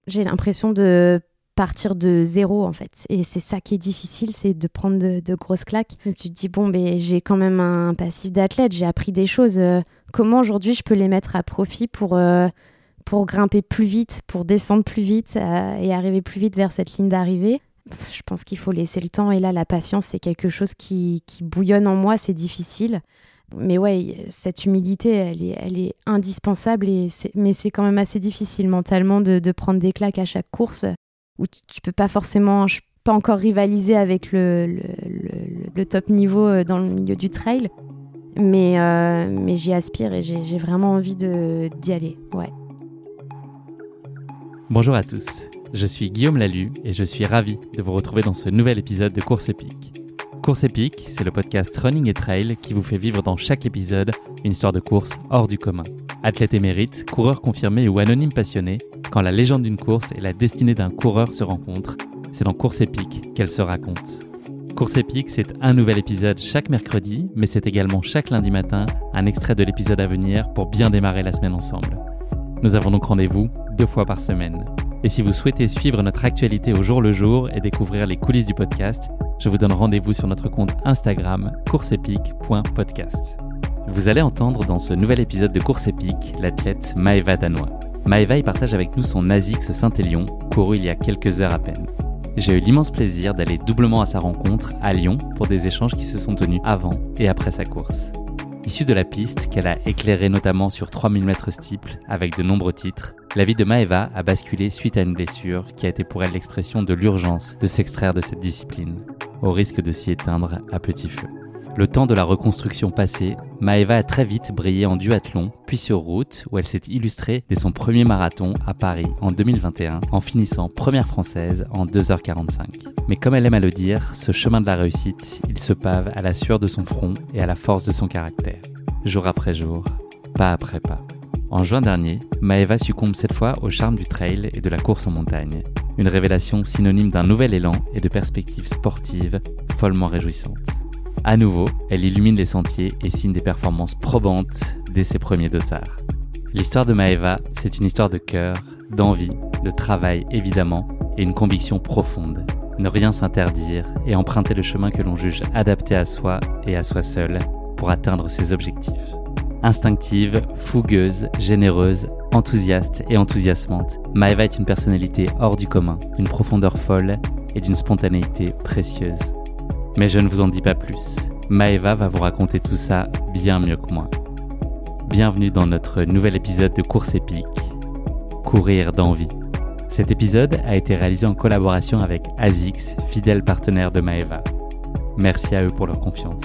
J'ai l'impression de partir de zéro en fait. Et c'est ça qui est difficile, c'est de prendre de grosses claques. Et tu te dis, j'ai quand même un passif d'athlète, j'ai appris des choses. Comment aujourd'hui je peux les mettre à profit pour grimper plus vite, pour descendre plus vite et arriver plus vite vers cette ligne d'arrivée. Je pense qu'il faut laisser le temps. Et là, la patience, c'est quelque chose qui bouillonne en moi, c'est difficile. Mais ouais, cette humilité, elle est indispensable. Mais c'est quand même assez difficile mentalement de prendre des claques à chaque course où tu peux pas forcément, pas encore rivaliser avec le top niveau dans le milieu du trail. Mais j'y aspire et j'ai vraiment envie d'y aller. Ouais. Bonjour à tous, je suis Guillaume Lalu et je suis ravi de vous retrouver dans ce nouvel épisode de Course Épique. Course Épique, c'est le podcast Running et Trail qui vous fait vivre dans chaque épisode une histoire de course hors du commun. Athlète émérite, coureur confirmé ou anonyme passionné, quand la légende d'une course et la destinée d'un coureur se rencontrent, c'est dans Course Épique qu'elle se raconte. Course Épique, c'est un nouvel épisode chaque mercredi, mais c'est également chaque lundi matin un extrait de l'épisode à venir pour bien démarrer la semaine ensemble. Nous avons donc rendez-vous 2 fois par semaine. Et si vous souhaitez suivre notre actualité au jour le jour et découvrir les coulisses du podcast, je vous donne rendez-vous sur notre compte Instagram courseepique.podcast. Vous allez entendre dans ce nouvel épisode de Course Épique l'athlète Maëva Danois. Maëva y partage avec nous son ASICS Saint-Élion, couru il y a quelques heures à peine. J'ai eu l'immense plaisir d'aller doublement à sa rencontre à Lyon pour des échanges qui se sont tenus avant et après sa course. Issue de la piste qu'elle a éclairée notamment sur 3000 mètres steeple avec de nombreux titres, la vie de Maëva a basculé suite à une blessure qui a été pour elle l'expression de l'urgence de s'extraire de cette discipline, au risque de s'y éteindre à petit feu. Le temps de la reconstruction passé, Maëva a très vite brillé en duathlon, puis sur route, où elle s'est illustrée dès son premier marathon à Paris en 2021, en finissant première française en 2h45. Mais comme elle aime à le dire, ce chemin de la réussite, il se pave à la sueur de son front et à la force de son caractère. Jour après jour, pas après pas. En juin dernier, Maëva succombe cette fois au charme du trail et de la course en montagne. Une révélation synonyme d'un nouvel élan et de perspectives sportives follement réjouissantes. À nouveau, elle illumine les sentiers et signe des performances probantes dès ses premiers dossards. L'histoire de Maëva, c'est une histoire de cœur, d'envie, de travail évidemment, et une conviction profonde. Ne rien s'interdire et emprunter le chemin que l'on juge adapté à soi et à soi seul pour atteindre ses objectifs. Instinctive, fougueuse, généreuse, enthousiaste et enthousiasmante, Maëva est une personnalité hors du commun, d'une profondeur folle et d'une spontanéité précieuse. Mais je ne vous en dis pas plus. Maëva va vous raconter tout ça bien mieux que moi. Bienvenue dans notre nouvel épisode de Course Épique, Courir d'envie. Cet épisode a été réalisé en collaboration avec ASICS, fidèle partenaire de Maëva. Merci à eux pour leur confiance.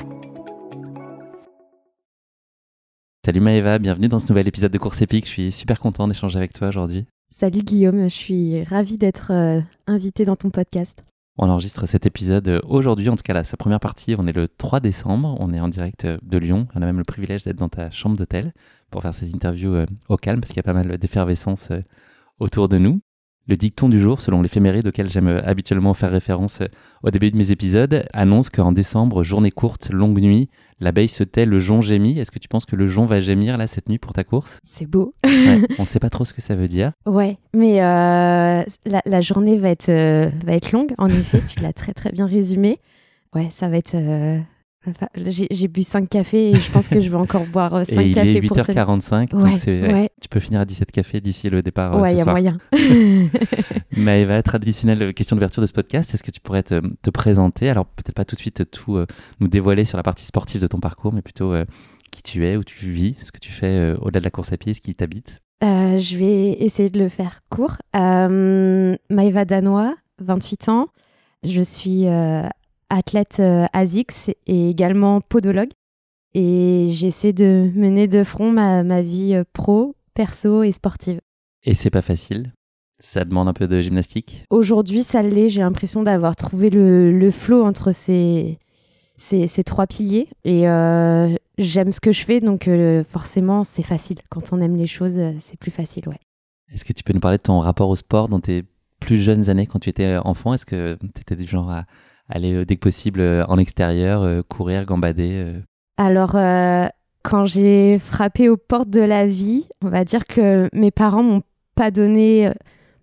Salut Maëva, bienvenue dans ce nouvel épisode de Course Épique. Je suis super content d'échanger avec toi aujourd'hui. Salut Guillaume, je suis ravie d'être invitée dans ton podcast. On enregistre cet épisode aujourd'hui, en tout cas sa première partie, on est le 3 décembre, on est en direct de Lyon, on a même le privilège d'être dans ta chambre d'hôtel pour faire cette interview au calme parce qu'il y a pas mal d'effervescence autour de nous. Le dicton du jour, selon l'éphéméride auquel j'aime habituellement faire référence au début de mes épisodes, annonce qu'en décembre, journée courte, longue nuit, l'abeille se tait, le jonc gémit. Est-ce que tu penses que le jonc va gémir là cette nuit pour ta course ? C'est beau. Ouais, on ne sait pas trop ce que ça veut dire. Ouais, mais la journée va être longue, en effet, tu l'as très très bien résumé. Ouais, ça va être... J'ai bu 5 cafés et je pense que je vais encore boire 5 et cafés il est 8h45, donc tu peux finir à 17 cafés d'ici le départ ce soir. Ouais, il y a moyen. Maëva, traditionnelle question d'ouverture de ce podcast, est-ce que tu pourrais te présenter ? Alors peut-être pas tout de suite tout nous dévoiler sur la partie sportive de ton parcours, mais plutôt qui tu es, où tu vis, ce que tu fais au-delà de la course à pied, ce qui t'habite. Je vais essayer de le faire court. Maëva Danois, 28 ans. Je suis... athlète ASICS et également podologue. Et j'essaie de mener de front ma vie pro, perso et sportive. Et c'est pas facile ? Ça demande un peu de gymnastique ? Aujourd'hui, ça l'est. J'ai l'impression d'avoir trouvé le flow entre ces 3 piliers. Et j'aime ce que je fais, donc forcément, c'est facile. Quand on aime les choses, c'est plus facile, ouais. Est-ce que tu peux nous parler de ton rapport au sport dans tes plus jeunes années quand tu étais enfant ? Est-ce que tu étais du genre à aller dès que possible en extérieur, courir, gambader Alors, quand j'ai frappé aux portes de la vie, on va dire que mes parents m'ont pas donné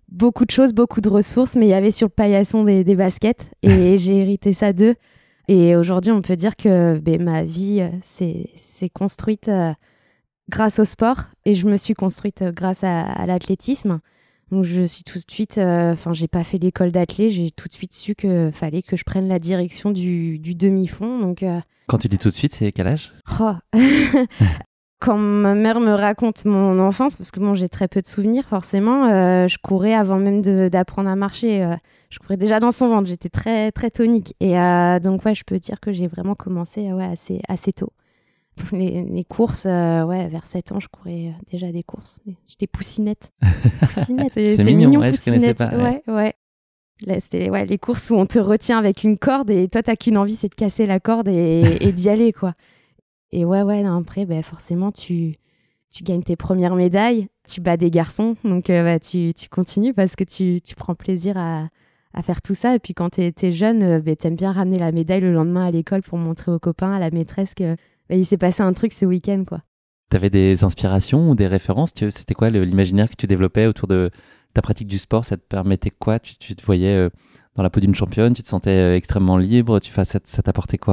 beaucoup de choses, beaucoup de ressources, mais il y avait sur le paillasson des baskets et j'ai hérité ça d'eux. Et aujourd'hui, on peut dire que ma vie s'est construite grâce au sport et je me suis construite grâce à l'athlétisme. Donc, je suis tout de suite... j'ai pas fait l'école d'athlé, j'ai tout de suite su qu'il fallait que je prenne la direction du demi-fond. Donc, Quand tu dis tout de suite, c'est quel âge ? Quand ma mère me raconte mon enfance, parce que j'ai très peu de souvenirs forcément, je courais avant même d'apprendre à marcher. Je courais déjà dans son ventre, j'étais très, très tonique. Et donc, je peux dire que j'ai vraiment commencé assez tôt. Les courses, vers 7 ans, je courais déjà des courses. J'étais poussinette. C'est mignon, je connaissais pas. Ouais. Là, c'était les courses où on te retient avec une corde et toi, t'as qu'une envie, c'est de casser la corde et d'y aller, quoi. Et après, forcément, tu gagnes tes premières médailles, tu bats des garçons, donc tu continues parce que tu prends plaisir à faire tout ça. Et puis quand t'es jeune, t'aimes bien ramener la médaille le lendemain à l'école pour montrer aux copains, à la maîtresse que il s'est passé un truc ce week-end, quoi. T'avais des inspirations ou des références ? C'était quoi l'imaginaire que tu développais autour de ta pratique du sport ? Ça te permettait quoi ? Tu te voyais dans la peau d'une championne ? Tu te sentais extrêmement libre ? Ça t'apportait quoi ?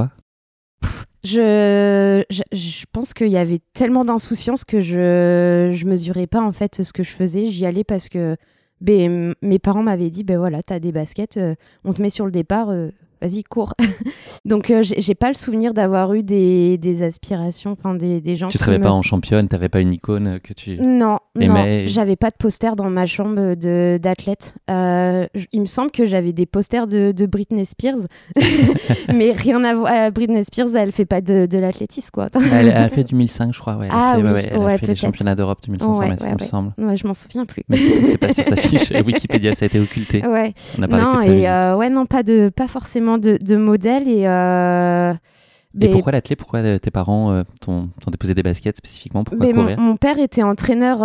Je pense qu'il y avait tellement d'insouciance que je mesurais pas en fait ce que je faisais. J'y allais parce que mes parents m'avaient dit t'as des baskets, on te met sur le départ, vas-y, cours. Donc j'ai pas le souvenir d'avoir eu des aspirations, des gens Tu te rêvais pas en championne, t'avais pas une icône que tu aimais. Non, j'avais pas de poster dans ma chambre d'athlète. Il me semble que j'avais des posters de Britney Spears, mais rien à voir. Britney Spears, elle fait pas de l'athlétisme, quoi. Elle a fait du 1005, je crois. Ouais, elle a fait les championnats d'Europe du 1500 mètres, il me semble. Ouais, je m'en souviens plus. Mais c'est pas sur sa fiche Wikipédia, ça a été occulté. Ouais. On a parlé que de sa musique. Pas forcément de modèle Et pourquoi l'athlé ? Pourquoi tes parents t'ont déposé des baskets spécifiquement ? Pourquoi courir ? Mon père était entraîneur.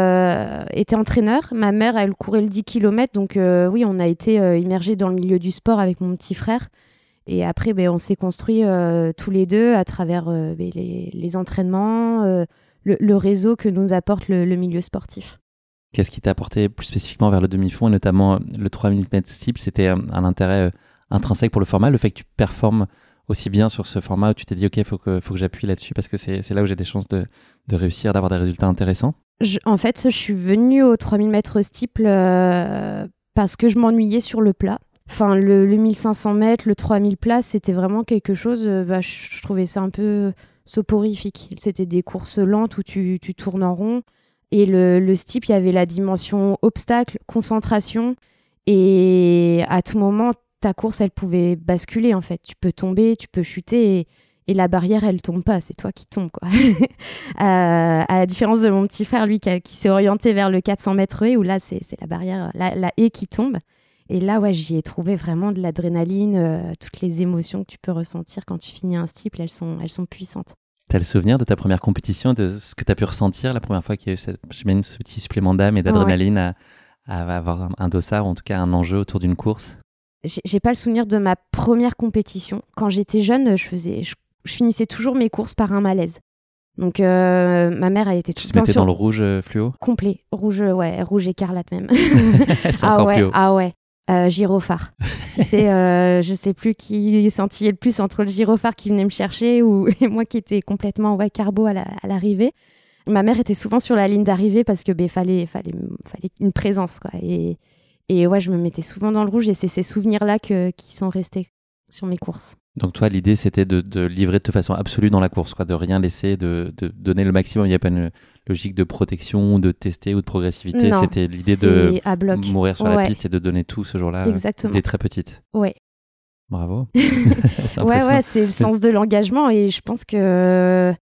Ma mère, elle courait le 10 km. Donc oui, on a été immergés dans le milieu du sport avec mon petit frère. Et après, on s'est construits tous les deux à travers les entraînements, le réseau que nous apporte le milieu sportif. Qu'est-ce qui t'a apporté plus spécifiquement vers le demi-fond et notamment le 3000 mètres steeple ? C'était un intérêt intrinsèque pour le format, le fait que tu performes aussi bien sur ce format où tu t'es dit ok, faut que j'appuie là-dessus parce que c'est là où j'ai des chances de réussir, d'avoir des résultats intéressants. En fait, je suis venue au 3000 mètres steeple parce que je m'ennuyais sur le plat. Enfin, le 1500 mètres, le 3000 plat, c'était vraiment quelque chose, je trouvais ça un peu soporifique. C'était des courses lentes où tu tournes en rond. Et le steeple, il y avait la dimension obstacle, concentration. Et à tout moment, ta course, elle pouvait basculer, en fait. Tu peux tomber, tu peux chuter et la barrière, elle tombe pas. C'est toi qui tombes, quoi. À la différence de mon petit frère, lui, qui s'est orienté vers le 400 mètres haie, où là, c'est la barrière, la haie qui tombe. Et là, j'y ai trouvé vraiment de l'adrénaline, toutes les émotions que tu peux ressentir quand tu finis un steeple, elles sont puissantes. T'as le souvenir de ta première compétition, de ce que tu as pu ressentir la première fois qu'il y a eu ce petit supplément d'âme et d'adrénaline à avoir un dossard, ou en tout cas un enjeu autour d'une course ? J'ai pas le souvenir de ma première compétition. Quand j'étais jeune, je finissais toujours mes courses par un malaise. Donc ma mère, elle était tout le temps Tu te mettais dans le rouge fluo ? Complet, rouge écarlate même. C'est encore plus haut. Ah ouais. Gyrophare. Tu sais, je sais plus qui scintillait le plus entre le gyrophare qui venait me chercher et moi qui étais complètement carbo à l'arrivée. Ma mère était souvent sur la ligne d'arrivée parce que fallait une présence, quoi. Et je me mettais souvent dans le rouge et c'est ces souvenirs-là qui sont restés sur mes courses. Donc toi, l'idée, c'était de livrer de façon absolue dans la course, quoi, de rien laisser, de donner le maximum. Il n'y a pas une logique de protection, de tester ou de progressivité. Non, c'était l'idée de mourir sur la Ouais. piste et de donner tout ce jour-là. Exactement. Dès très petite. Ouais. Bravo. C'est impressionnant. C'est le sens de l'engagement et je pense que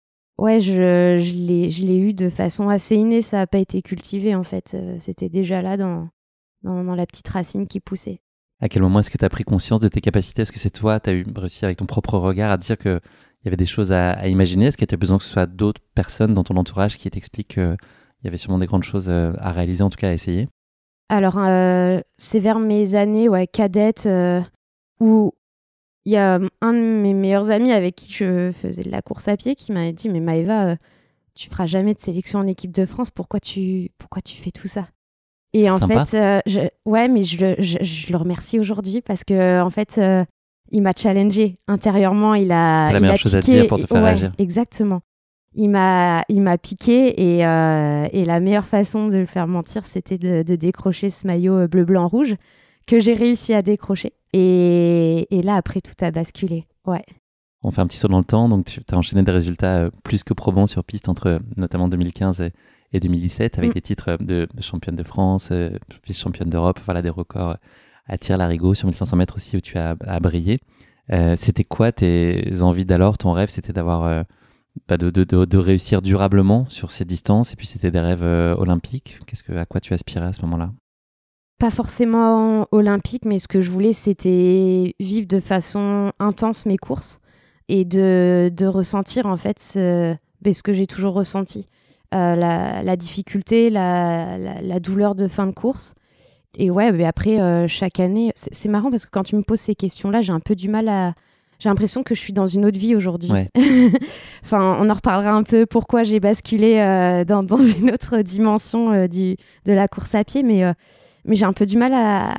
je l'ai eu de façon assez innée. Ça n'a pas été cultivé en fait. C'était déjà là dans la petite racine qui poussait. À quel moment est-ce que tu as pris conscience de tes capacités ? Est-ce que c'est toi, tu as réussi avec ton propre regard à dire qu'il y avait des choses à imaginer ? Est-ce que tu as besoin que ce soit d'autres personnes dans ton entourage qui t'expliquent qu'il y avait sûrement des grandes choses à réaliser, en tout cas à essayer ? Alors, c'est vers mes années cadettes où il y a un de mes meilleurs amis avec qui je faisais de la course à pied qui m'avait dit « Mais Maëva, tu feras jamais de sélection en équipe de France, pourquoi tu fais tout ça ?» Et en Sympa. fait, ouais, mais je le remercie aujourd'hui parce que en fait, il m'a challengé intérieurement. C'était la Il meilleure a chose à te dire piqué. pour te faire Ouais, réagir. exactement. Il m'a piqué et la meilleure façon de le faire mentir, c'était de décrocher ce maillot bleu, blanc, rouge que j'ai réussi à décrocher. Et là, après, tout a basculé. Ouais. On fait un petit saut dans le temps, donc tu as enchaîné des résultats plus que probants sur piste entre notamment 2015 et 2017 avec des titres de championne de France, vice-championne d'Europe, voilà des records à tir-larigot sur 1500 mètres aussi où tu as brillé. C'était quoi tes envies d'alors? Ton rêve, c'était d'avoir de réussir durablement sur ces distances et puis c'était des rêves olympiques. À quoi tu aspirais à ce moment-là? Pas forcément olympique, mais ce que je voulais, c'était vivre de façon intense mes courses et de ressentir en fait ce que j'ai toujours ressenti. La difficulté, la douleur de fin de course. Et ouais, mais après, chaque année, c'est marrant parce que quand tu me poses ces questions-là, j'ai un peu du mal à... J'ai l'impression que je suis dans une autre vie aujourd'hui. Ouais. Enfin, on en reparlera un peu pourquoi j'ai basculé dans une autre dimension de la course à pied, mais j'ai un peu du mal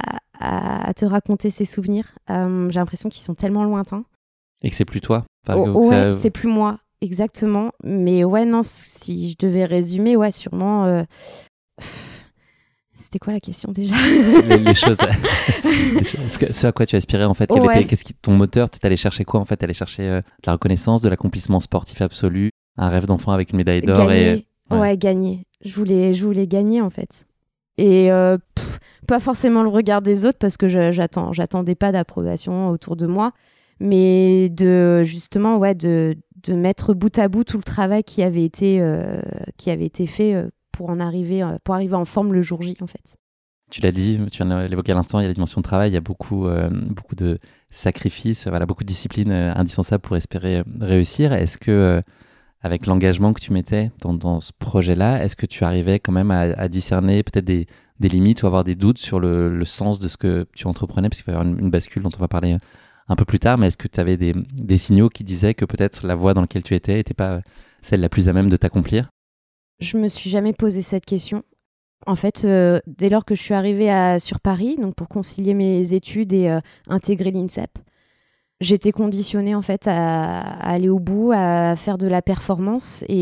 à te raconter ces souvenirs. J'ai l'impression qu'ils sont tellement lointains. Et que c'est plus toi. Ouais, c'est plus moi, exactement. Mais ouais, non, si je devais résumer, ouais, sûrement... C'était quoi la question déjà? les choses, ce à quoi tu aspirais en fait. Qu'est-ce qui ton moteur? Tu allais chercher quoi en fait? T'allais chercher de la reconnaissance, de l'accomplissement sportif absolu, un rêve d'enfant avec une médaille d'or Gagner. Ouais, gagner. Je voulais gagner en fait. Et pas forcément le regard des autres parce que j'attendais pas d'approbation autour de moi, mais de justement de mettre bout à bout tout le travail qui avait été fait pour arriver en forme le jour J en fait. Tu l'as dit, tu viens de l'évoquer à l'instant, il y a la dimension de travail, il y a beaucoup de sacrifices, voilà, beaucoup de disciplines indispensables pour espérer réussir. Est-ce que avec l'engagement que tu mettais dans ce projet-là, est-ce que tu arrivais quand même à discerner peut-être des limites ou avoir des doutes sur le sens de ce que tu entreprenais? Parce qu'il va y avoir une bascule dont on va parler un peu plus tard, mais est-ce que tu avais des signaux qui disaient que peut-être la voie dans laquelle tu étais n'était pas celle la plus à même de t'accomplir? Je me suis jamais posé cette question. En fait, dès lors que je suis arrivée sur Paris, donc pour concilier mes études et intégrer l'INSEP, j'étais conditionnée en fait à aller au bout, à faire de la performance et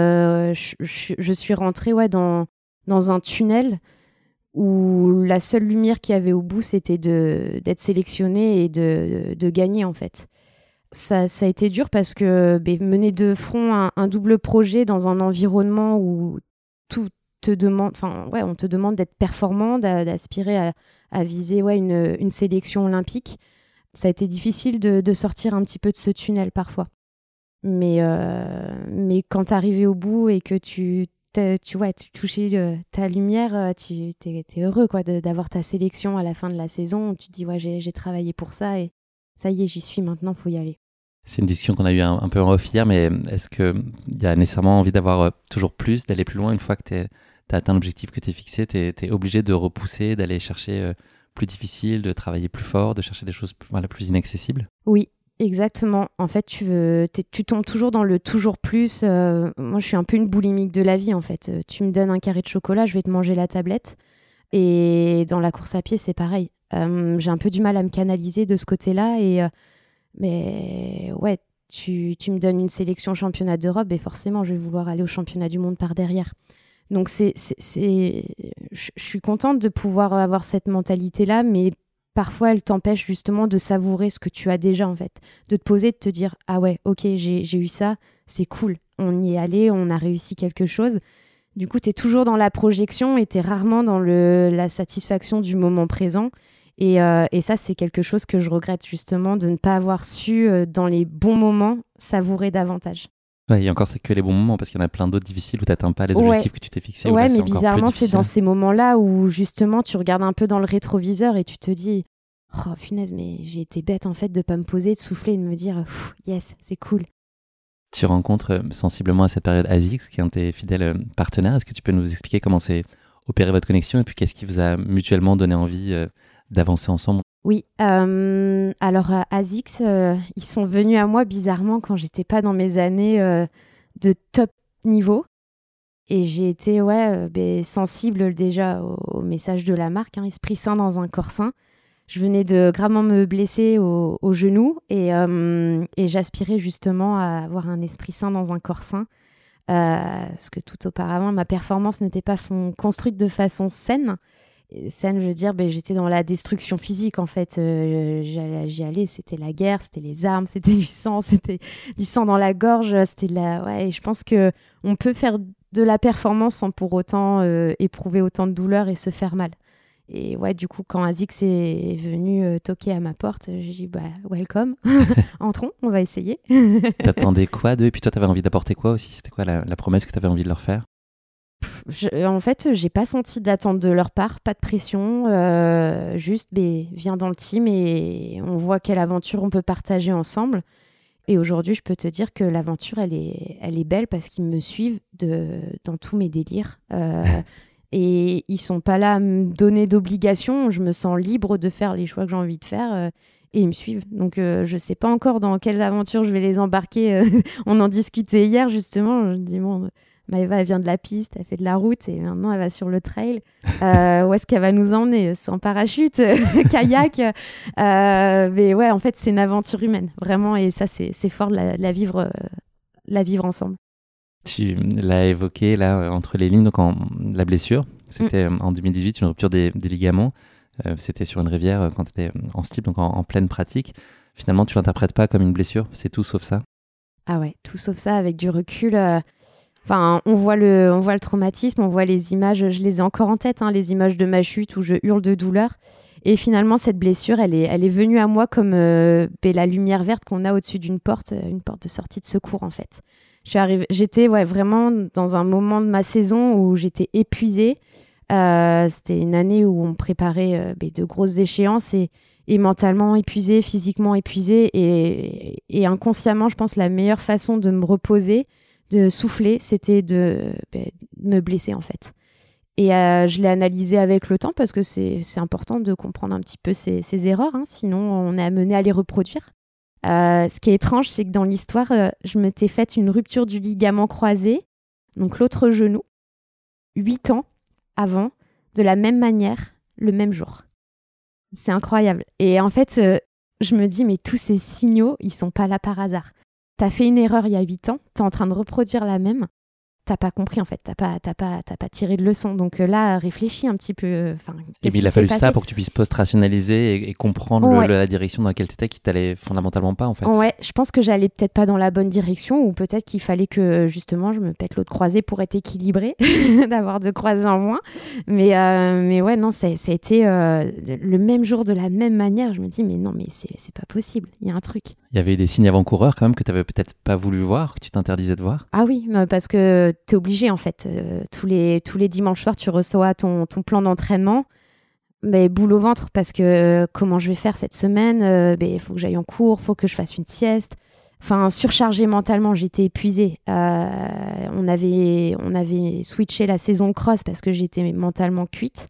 je suis rentrée dans un tunnel où la seule lumière qu'il y avait au bout, c'était d'être sélectionnée et de gagner en fait. Ça a été dur parce que mener de front un double projet dans un environnement où tout te demande, on te demande d'être performant, d'aspirer à viser une sélection olympique. Ça a été difficile de sortir un petit peu de ce tunnel parfois. Mais quand tu arrivé au bout et que tu touchais ta lumière, tu t'es heureux quoi, d'avoir ta sélection à la fin de la saison. Tu te dis, ouais, j'ai travaillé pour ça et ça y est, j'y suis maintenant, faut y aller. C'est une discussion qu'on a eue un peu en off hier, mais est-ce qu'il y a nécessairement envie d'avoir toujours plus, d'aller plus loin une fois que tu as atteint l'objectif que tu es fixé? Tu es obligé de repousser, d'aller chercher plus difficile, de travailler plus fort, de chercher des choses plus inaccessibles? Oui, exactement. En fait, tu tombes toujours dans le toujours plus. Moi, je suis un peu une boulimique de la vie, en fait. Tu me donnes un carré de chocolat, je vais te manger la tablette. Et dans la course à pied, c'est pareil. J'ai un peu du mal à me canaliser de ce côté-là. Mais ouais, tu me donnes une sélection championnat d'Europe et forcément, je vais vouloir aller au championnat du monde par derrière. Donc, je suis contente de pouvoir avoir cette mentalité-là, mais parfois, elle t'empêche justement de savourer ce que tu as déjà, en fait. De te poser, de te dire, ah ouais, ok, j'ai eu ça, c'est cool. On y est allé, on a réussi quelque chose. Du coup, tu es toujours dans la projection et tu es rarement dans la satisfaction du moment présent. Et ça, c'est quelque chose que je regrette justement, de ne pas avoir su, dans les bons moments, savourer davantage. Ouais, et encore, c'est que les bons moments, parce qu'il y en a plein d'autres difficiles où tu n'atteins pas les objectifs que tu t'es fixés. Ouais, mais bizarrement, c'est dans ces moments-là où justement, tu regardes un peu dans le rétroviseur et tu te dis, oh punaise, mais j'ai été bête en fait de ne pas me poser, de souffler et de me dire, yes, c'est cool. Tu rencontres sensiblement à cette période ASICS, qui est un de tes fidèles partenaires. Est-ce que tu peux nous expliquer comment s'est opérée votre connexion et puis qu'est-ce qui vous a mutuellement donné envie d'avancer ensemble? Oui, alors ASICS, ils sont venus à moi bizarrement quand j'étais pas dans mes années de top niveau. Et j'ai été sensible déjà au message de la marque, esprit sain dans un corps sain. Je venais de gravement me blesser au genou et j'aspirais justement à avoir un esprit sain dans un corps sain. Parce que tout auparavant, ma performance n'était pas construite de façon saine. Et saine, je veux dire, j'étais dans la destruction physique en fait. J'y allais, c'était la guerre, c'était les armes, c'était du sang dans la gorge. Et je pense qu'on peut faire de la performance sans pour autant éprouver autant de douleur et se faire mal. Et du coup, quand ASICS est venu toquer à ma porte, j'ai dit welcome, entrons, on va essayer. T'attendais quoi d'eux? Et puis toi, t'avais envie d'apporter quoi aussi? C'était quoi la promesse que t'avais envie de leur faire? En fait, j'ai pas senti d'attente de leur part, pas de pression, juste viens dans le team et on voit quelle aventure on peut partager ensemble. Et aujourd'hui, je peux te dire que l'aventure, elle est belle parce qu'ils me suivent dans tous mes délires. Et ils sont pas là à me donner d'obligations. Je me sens libre de faire les choix que j'ai envie de faire et ils me suivent. Donc, je sais pas encore dans quelle aventure je vais les embarquer. On en discutait hier, justement. Je me dis, bon, Maëva, elle vient de la piste, elle fait de la route et maintenant, elle va sur le trail. Où est-ce qu'elle va nous emmener? Sans parachute, kayak. Mais ouais, en fait, c'est une aventure humaine, vraiment. Et ça, c'est fort de la vivre ensemble. Tu l'as évoqué là entre les lignes, donc la blessure, c'était en 2018, une rupture des ligaments. C'était sur une rivière quand tu étais en steep, donc en pleine pratique. Finalement, tu l'interprètes pas comme une blessure, c'est tout sauf ça? Ah ouais, tout sauf ça, avec du recul. On voit le traumatisme, on voit les images, je les ai encore en tête, les images de ma chute où je hurle de douleur. Et finalement, cette blessure, elle est venue à moi comme la lumière verte qu'on a au-dessus d'une porte, une porte de sortie de secours en fait. J'étais vraiment dans un moment de ma saison où j'étais épuisée. C'était une année où on préparait de grosses échéances et mentalement épuisée, physiquement épuisée. Et inconsciemment, je pense la meilleure façon de me reposer, de souffler, c'était de me blesser en fait. Et je l'ai analysé avec le temps parce que c'est important de comprendre un petit peu ces erreurs, sinon on est amené à les reproduire. Ce qui est étrange, c'est que dans l'histoire, je m'étais faite une rupture du ligament croisé, donc l'autre genou, 8 ans avant, de la même manière, le même jour. C'est incroyable. Et en fait, je me dis, mais tous ces signaux, ils sont pas là par hasard. T'as fait une erreur il y a 8 ans, t'es en train de reproduire la même. T'as pas compris en fait, t'as pas tiré de leçon. Donc là, réfléchis un petit peu. Et puis il a fallu ça pour que tu puisses post-rationaliser et comprendre la direction dans laquelle t'étais qui t'allait fondamentalement pas en fait. Ouais, je pense que j'allais peut-être pas dans la bonne direction ou peut-être qu'il fallait que justement je me pète l'autre croisée pour être équilibrée, d'avoir 2 croisés en moins. Mais ouais, non, ça a été le même jour de la même manière. Je me dis, mais non, mais c'est pas possible, il y a un truc. Il y avait eu des signes avant-coureurs quand même que t'avais peut-être pas voulu voir, que tu t'interdisais de voir? Ah oui, parce que t'es obligé en fait. Tous les dimanches soirs, tu reçois ton plan d'entraînement. Mais boule au ventre parce que comment je vais faire cette semaine? Il faut que j'aille en cours, il faut que je fasse une sieste. Surchargée mentalement, j'étais épuisée. On avait switché la saison cross parce que j'étais mentalement cuite.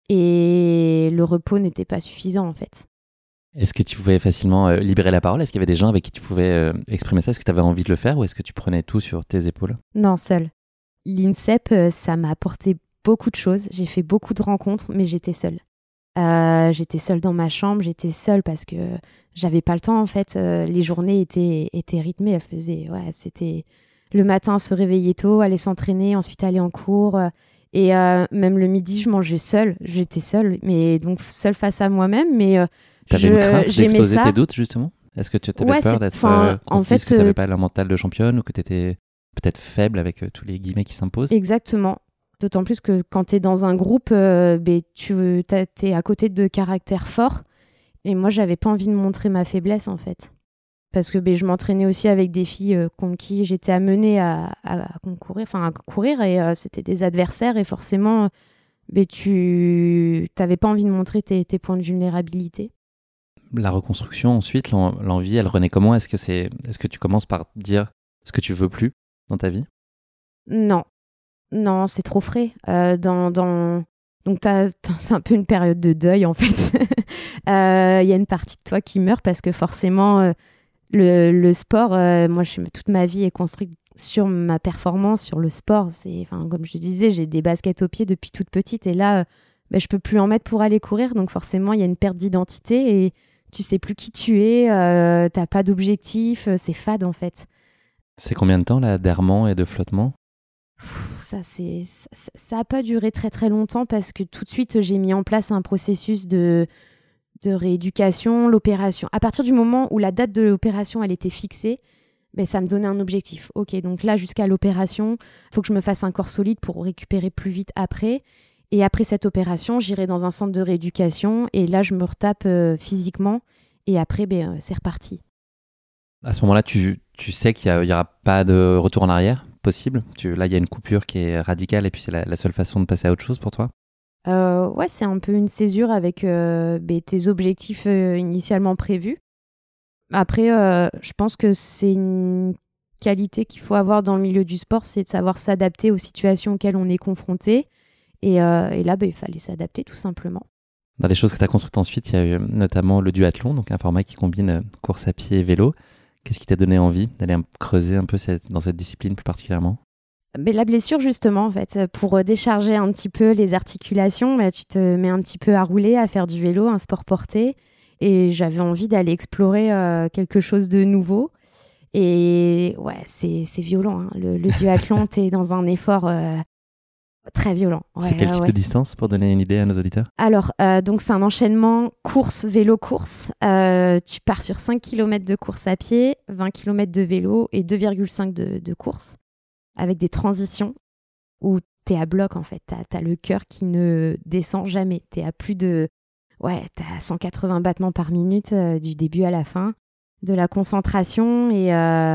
Et le repos n'était pas suffisant en fait. Est-ce que tu pouvais facilement libérer la parole? Est-ce qu'il y avait des gens avec qui tu pouvais exprimer ça? Est-ce que tu avais envie de le faire ou est-ce que tu prenais tout sur tes épaules? Non, seule. L'INSEP, ça m'a apporté beaucoup de choses. J'ai fait beaucoup de rencontres, mais j'étais seule. J'étais seule dans ma chambre, j'étais seule parce que j'avais pas le temps en fait. Les journées étaient rythmées. C'était le matin se réveiller tôt, aller s'entraîner, ensuite aller en cours. Et même le midi, je mangeais seule. J'étais seule, mais donc seule face à moi-même. Mais t'avais une crainte d'exposer tes doutes justement? Est-ce que tu avais peur d'être en fait que tu n'avais pas le mental de championne ou que tu étais peut-être faible avec tous les guillemets qui s'imposent? Exactement. D'autant plus que quand tu es dans un groupe, tu es à côté de caractères forts. Et moi, j'avais pas envie de montrer ma faiblesse, en fait. Parce que je m'entraînais aussi avec des filles contre qui j'étais amenée à courir. Et c'était des adversaires. Et forcément, tu n'avais pas envie de montrer tes points de vulnérabilité. La reconstruction, ensuite, l'envie, elle renaît comment? Est-ce que tu commences par dire ce que tu veux plus dans ta vie? Non, c'est trop frais. Donc, c'est un peu une période de deuil, en fait. Y a une partie de toi qui meurt parce que forcément, le sport, toute ma vie est construite sur ma performance, sur le sport. Comme je disais, j'ai des baskets aux pieds depuis toute petite et là, je peux plus en mettre pour aller courir. Donc forcément, il y a une perte d'identité et tu sais plus qui tu es, t'as pas d'objectif, c'est fade en fait. C'est combien de temps là d'errement et de flottement ? Ça a pas duré très très longtemps parce que tout de suite, j'ai mis en place un processus de rééducation, l'opération. À partir du moment où la date de l'opération elle était fixée, ça me donnait un objectif. Ok, donc là, jusqu'à l'opération, il faut que je me fasse un corps solide pour récupérer plus vite après. Et après cette opération, j'irai dans un centre de rééducation et là, je me retape physiquement. Et après, c'est reparti. À ce moment-là, tu sais qu'il n'y aura pas de retour en arrière possible ? Là, il y a une coupure qui est radicale et puis c'est la seule façon de passer à autre chose pour toi ? Ouais, c'est un peu une césure avec tes objectifs initialement prévus. Après, je pense que c'est une qualité qu'il faut avoir dans le milieu du sport, c'est de savoir s'adapter aux situations auxquelles on est confronté. Et là, il fallait s'adapter tout simplement. Dans les choses que tu as construites ensuite, il y a eu notamment le duathlon, donc un format qui combine course à pied et vélo. Qu'est-ce qui t'a donné envie d'aller creuser un peu dans cette discipline plus particulièrement ? La blessure, justement, en fait, pour décharger un petit peu les articulations, tu te mets un petit peu à rouler, à faire du vélo, un sport porté. Et j'avais envie d'aller explorer quelque chose de nouveau. Et ouais, c'est violent. Hein. Le duathlon, t'es dans un effort très violent. Ouais, c'est quel type de distance pour donner une idée à nos auditeurs ? Alors, donc c'est un enchaînement course, vélo, course. Tu pars sur 5 km de course à pied, 20 km de vélo et 2,5 de course, avec des transitions où t'es à bloc en fait. T'as le cœur qui ne descend jamais. T'es à plus de... Ouais, t'as 180 battements par minute du début à la fin, de la concentration et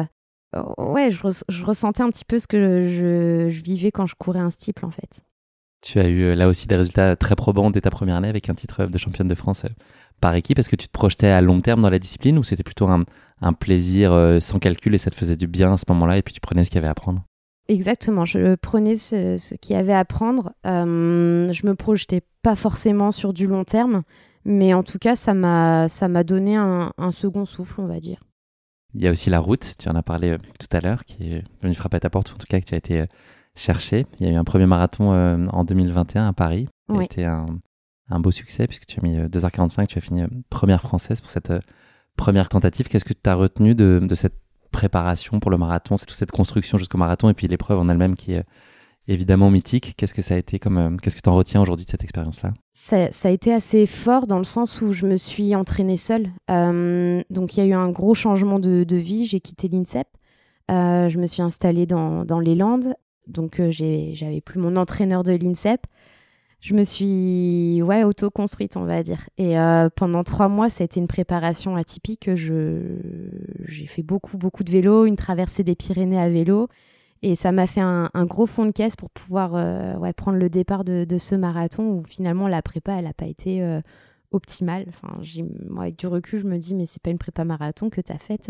je ressentais un petit peu ce que je vivais quand je courais un steeple en fait. Tu as eu là aussi des résultats très probants dès ta première année avec un titre de championne de France par équipe. Est-ce que tu te projetais à long terme dans la discipline ou c'était plutôt un plaisir sans calcul et ça te faisait du bien à ce moment-là et puis tu prenais ce qu'il y avait à prendre ? Exactement, je prenais ce qu'il y avait à prendre. Je me projetais pas forcément sur du long terme, mais en tout cas, ça m'a donné un second souffle, on va dire. Il y a aussi la route, tu en as parlé tout à l'heure, qui est venue frapper à ta porte, ou en tout cas que tu as été chercher. Il y a eu un premier marathon en 2021 à Paris, qui a été un beau succès, puisque tu as mis 2h45, tu as fini première française pour cette première tentative. Qu'est-ce que tu as retenu de cette préparation pour le marathon, c'est toute cette construction jusqu'au marathon et puis l'épreuve en elle-même qui est évidemment mythique. Qu'est-ce que ça a été qu'est-ce que tu en retiens aujourd'hui de cette expérience-là ? Ça a été assez fort dans le sens où je me suis entraînée seule. Donc il y a eu un gros changement de vie. J'ai quitté l'INSEP. Je me suis installée dans les Landes. Donc j'avais plus mon entraîneur de l'INSEP. Je me suis auto-construite, on va dire. Et pendant 3 mois, ça a été une préparation atypique. J'ai fait beaucoup de vélo, une traversée des Pyrénées à vélo. Et ça m'a fait un gros fond de caisse pour pouvoir prendre le départ de ce marathon où finalement la prépa, elle n'a pas été optimale. Enfin, moi, avec du recul, je me dis, mais c'est pas une prépa marathon que tu as faite.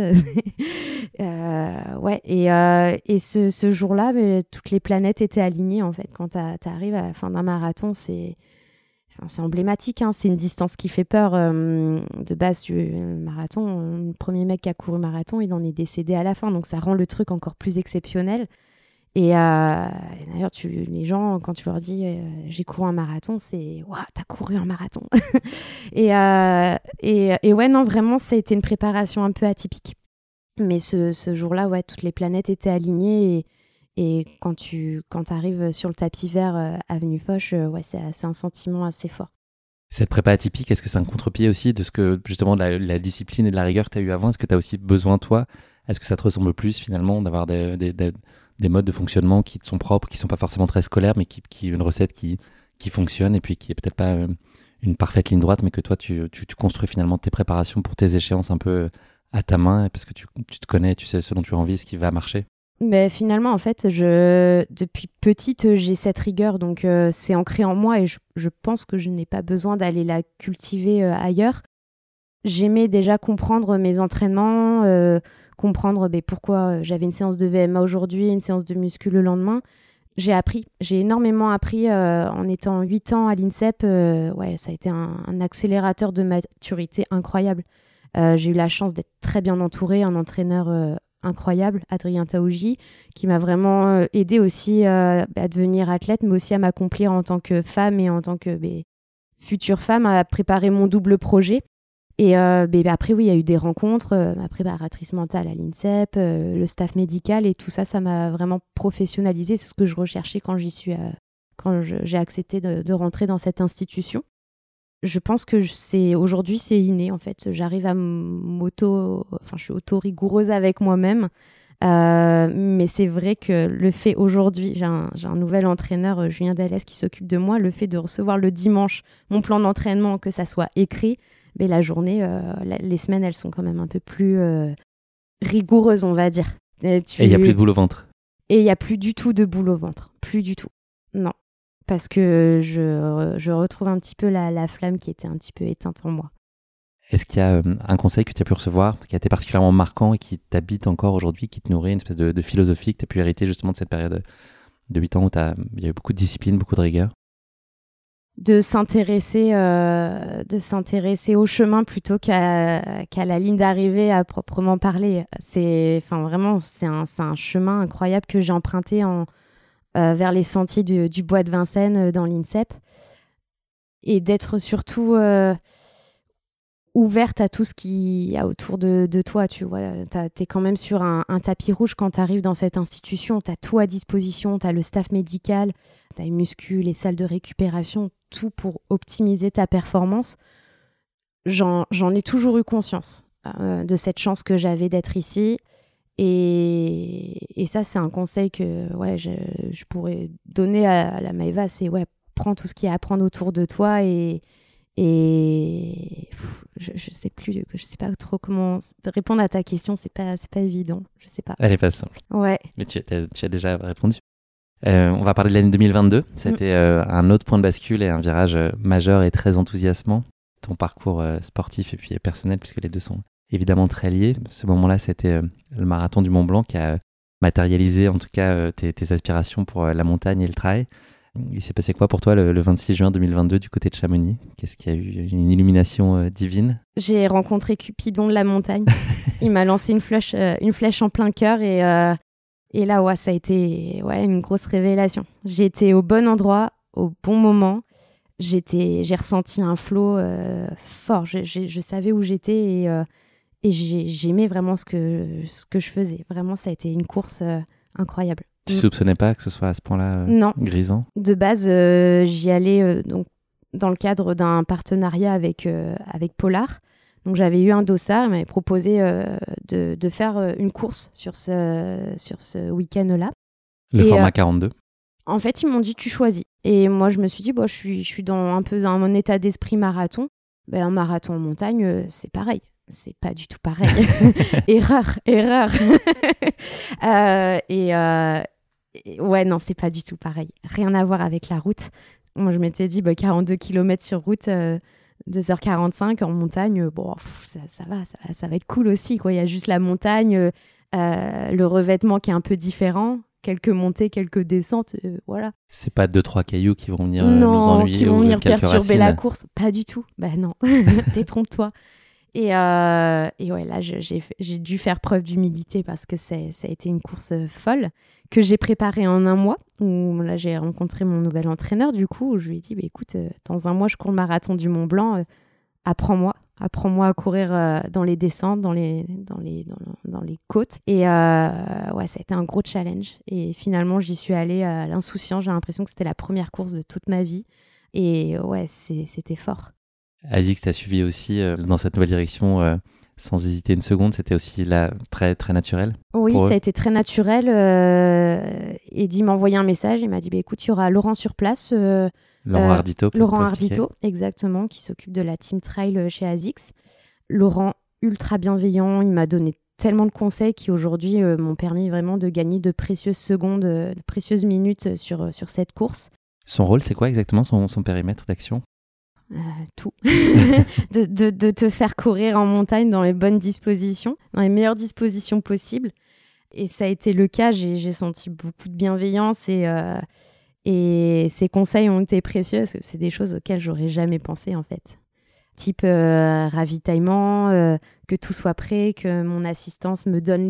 Et ce jour-là, toutes les planètes étaient alignées en fait. Quand tu arrives à la fin d'un marathon, c'est emblématique. Hein. C'est une distance qui fait peur. De base, le marathon, le premier mec qui a couru marathon, il en est décédé à la fin. Donc ça rend le truc encore plus exceptionnel. Et d'ailleurs, les gens, quand tu leur dis j'ai couru un marathon, c'est waouh, t'as couru un marathon. et ouais, non, vraiment, ça a été une préparation un peu atypique. Mais ce jour-là, ouais, toutes les planètes étaient alignées. Et quand tu arrives sur le tapis vert avenue Foch, c'est un sentiment assez fort. Cette prépa atypique, est-ce que c'est un contre-pied aussi de ce que justement de la discipline et de la rigueur que tu as eu avant ? Est-ce que tu as aussi besoin, toi ? Est-ce que ça te ressemble plus finalement d'avoir des modes de fonctionnement qui te sont propres, qui ne sont pas forcément très scolaires, mais qui une recette qui fonctionne et puis qui est peut-être pas une parfaite ligne droite, mais que toi, tu construis finalement tes préparations pour tes échéances un peu à ta main parce que tu te connais, tu sais ce dont tu as envie, ce qui va marcher ? Mais finalement, en fait, depuis petite, j'ai cette rigueur, donc c'est ancré en moi et je pense que je n'ai pas besoin d'aller la cultiver ailleurs. J'aimais déjà comprendre mes entraînements, comprendre pourquoi j'avais une séance de VMA aujourd'hui, une séance de muscu le lendemain. J'ai énormément appris en étant 8 ans à l'INSEP. Ça a été un accélérateur de maturité incroyable. J'ai eu la chance d'être très bien entourée, un entraîneur incroyable, Adrien Taouji, qui m'a vraiment aidé aussi à devenir athlète, mais aussi à m'accomplir en tant que femme et en tant que future femme, à préparer mon double projet. Et après, oui, il y a eu des rencontres, ma préparatrice mentale à l'INSEP, le staff médical, et tout ça, ça m'a vraiment professionnalisé. C'est ce que je recherchais quand j'ai accepté de rentrer dans cette institution. Je pense que aujourd'hui, c'est inné, en fait. J'arrive à je suis auto-rigoureuse avec moi-même. Mais c'est vrai que le fait aujourd'hui, j'ai un nouvel entraîneur, Julien Dallès, qui s'occupe de moi. Le fait de recevoir le dimanche mon plan d'entraînement, que ça soit écrit, mais la journée, les semaines, elles sont quand même un peu plus rigoureuses, on va dire. Et il n'y a plus de boule au ventre. Et il n'y a plus du tout de boule au ventre. Plus du tout. Non. Parce que je retrouve un petit peu la flamme qui était un petit peu éteinte en moi. Est-ce qu'il y a un conseil que tu as pu recevoir, qui a été particulièrement marquant et qui t'habite encore aujourd'hui, qui te nourrit, une espèce de philosophie que tu as pu hériter justement de cette période de 8 ans où il y a eu beaucoup de discipline, beaucoup de rigueur? De s'intéresser au chemin plutôt qu'à la ligne d'arrivée à proprement parler. C'est un chemin incroyable que j'ai emprunté vers les sentiers du bois de Vincennes dans l'INSEP, et d'être surtout ouverte à tout ce qu'il y a autour de toi, tu vois. T'es quand même sur un tapis rouge quand tu arrives dans cette institution. Tu as tout à disposition, tu as le staff médical, tu as les muscu, les salles de récupération, tout pour optimiser ta performance. J'en ai toujours eu conscience de cette chance que j'avais d'être ici. Et ça, c'est un conseil que je pourrais donner à la Maëva, c'est prends tout ce qu'il y a à prendre autour de toi et je sais pas trop comment répondre à ta question. C'est pas évident, je sais pas. Elle est pas simple. Ouais. Mais tu as déjà répondu. On va parler de l'année 2022. C'était un autre point de bascule et un virage majeur et très enthousiasmant. Ton parcours sportif et puis personnel, puisque les deux sont évidemment très liés. Ce moment-là, c'était le marathon du Mont Blanc qui a matérialisé en tout cas tes aspirations pour la montagne et le trail. Il s'est passé quoi pour toi le 26 juin 2022 du côté de Chamonix? Qu'est-ce qu'il y a eu? Une illumination divine? J'ai rencontré Cupidon de la montagne. Il m'a lancé une flèche en plein cœur et là, ça a été une grosse révélation. J'ai été au bon endroit, au bon moment. J'ai ressenti un flow fort. Je savais où j'étais et j'aimais vraiment ce que je faisais. Vraiment, ça a été une course incroyable. Tu soupçonnais pas que ce soit à ce point-là grisant? De base, j'y allais donc dans le cadre d'un partenariat avec Polar. Donc j'avais eu un dossard, il m'avait proposé de faire une course sur ce week-end-là. Le format 42. En fait, ils m'ont dit tu choisis. Et moi, je me suis dit je suis un peu dans mon état d'esprit marathon. Un marathon en montagne, c'est pareil. C'est pas du tout pareil. Erreur. Non, c'est pas du tout pareil. Rien à voir avec la route. Moi, je m'étais dit 42 km sur route, 2h45 en montagne. Ça va être cool aussi, quoi. Il y a juste la montagne, le revêtement qui est un peu différent. Quelques montées, quelques descentes, voilà. C'est pas 2-3 cailloux qui vont venir nous ennuyer qui vont venir perturber la course. Pas du tout. Non, détrompe-toi. Et là, j'ai dû faire preuve d'humilité parce que ça a été une course folle que j'ai préparée en un mois. Où là, j'ai rencontré mon nouvel entraîneur, du coup, où je lui ai dit, écoute, dans un mois, je cours le marathon du Mont Blanc. Apprends-moi à courir dans les descentes, dans les côtes. Et ça a été un gros challenge. Et finalement, j'y suis allée à l'insouciance. J'ai l'impression que c'était la première course de toute ma vie. Et c'était fort. Azix, tu as suivi aussi dans cette nouvelle direction sans hésiter une seconde. C'était aussi là très, très naturel? Oui, ça a été très naturel. Eddy m'a envoyé un message. Il m'a dit écoute, il y aura Laurent sur place. Laurent Ardito, exactement, qui s'occupe de la team trail chez Azix. Laurent, ultra bienveillant. Il m'a donné tellement de conseils qui aujourd'hui m'ont permis vraiment de gagner de précieuses secondes, de précieuses minutes sur cette course. Son rôle, c'est quoi exactement, son périmètre d'action? Tout. de te faire courir en montagne dans les bonnes dispositions, dans les meilleures dispositions possibles. Et ça a été le cas. J'ai senti beaucoup de bienveillance et ces conseils ont été précieux parce que c'est des choses auxquelles j'aurais jamais pensé en fait. Type ravitaillement, que tout soit prêt, que mon assistance me donne les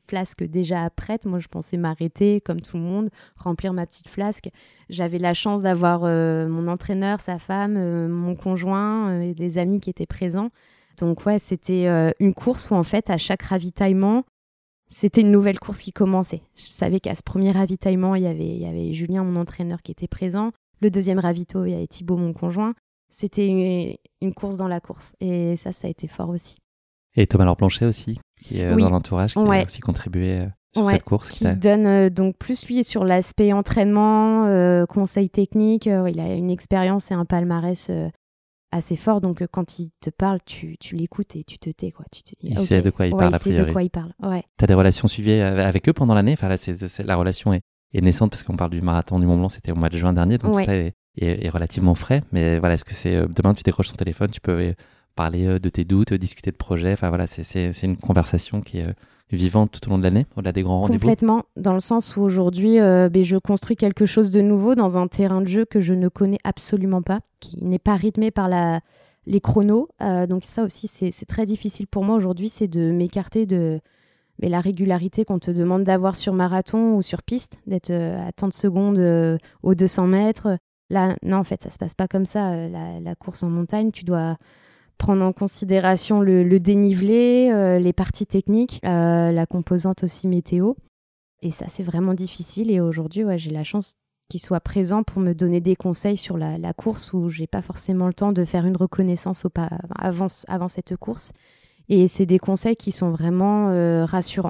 flasque déjà prête. Moi, je pensais m'arrêter comme tout le monde, remplir ma petite flasque. J'avais la chance d'avoir mon entraîneur, sa femme, mon conjoint et des amis qui étaient présents. Donc ouais, c'était une course où en fait, à chaque ravitaillement, c'était une nouvelle course qui commençait. Je savais qu'à ce premier ravitaillement, il y avait Julien, mon entraîneur, qui était présent. Le deuxième ravito, il y avait Thibaut, mon conjoint. C'était une course dans la course. Et ça a été fort aussi. Et Thomas Laure Blanchet aussi, qui est dans l'entourage, qui a aussi contribué sur cette course. Qui donne donc plus lui sur l'aspect entraînement, conseil technique. Il a une expérience et un palmarès assez fort. Donc quand il te parle, tu l'écoutes et tu te tais. Quoi. Tu te dis, il sait de quoi il parle, a priori. Il sait de quoi il parle. Ouais. Tu as des relations suivies avec eux pendant l'année? Enfin, là, la relation est naissante parce qu'on parle du marathon du Mont Blanc, c'était au mois de juin dernier. Donc tout ça est relativement frais. Mais voilà, est-ce que c'est demain, tu décroches ton téléphone, tu peux parler de tes doutes, discuter de projets. Enfin voilà, c'est une conversation qui est vivante tout au long de l'année, au-delà des grands rendez-vous. Complètement, dans le sens où aujourd'hui, je construis quelque chose de nouveau dans un terrain de jeu que je ne connais absolument pas, qui n'est pas rythmé par les chronos. Donc ça aussi, c'est très difficile pour moi aujourd'hui, c'est de m'écarter de la régularité qu'on te demande d'avoir sur marathon ou sur piste, d'être à tant de secondes aux 200 mètres. Là, non, en fait, ça se passe pas comme ça. La course en montagne, tu dois prendre en considération le dénivelé, les parties techniques, la composante aussi météo. Et ça, c'est vraiment difficile. Et aujourd'hui, j'ai la chance qu'il soit présent pour me donner des conseils sur la course où j'ai pas forcément le temps de faire une reconnaissance avant cette course. Et c'est des conseils qui sont vraiment rassurants.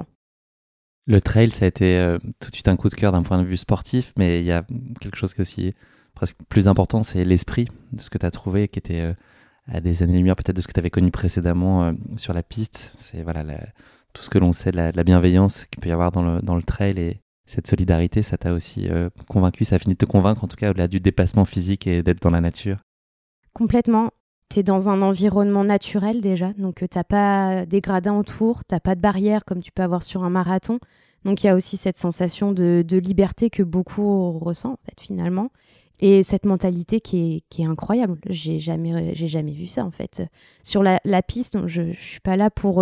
Le trail, ça a été tout de suite un coup de cœur d'un point de vue sportif, mais il y a quelque chose qui est aussi presque plus important, c'est l'esprit de ce que tu as trouvé, qui était à des années-lumière peut-être de ce que tu avais connu précédemment sur la piste. C'est tout ce que l'on sait de la bienveillance qu'il peut y avoir dans le trail et cette solidarité, ça t'a aussi convaincu, ça a fini de te convaincre en tout cas au-delà du dépassement physique et d'être dans la nature. Complètement. Tu es dans un environnement naturel déjà, donc tu n'as pas des gradins autour, tu n'as pas de barrière comme tu peux avoir sur un marathon. Donc il y a aussi cette sensation de liberté que beaucoup ressentent en fait, finalement. Et cette mentalité qui est incroyable. J'ai jamais vu ça en fait. Sur la piste, je ne suis pas là pour...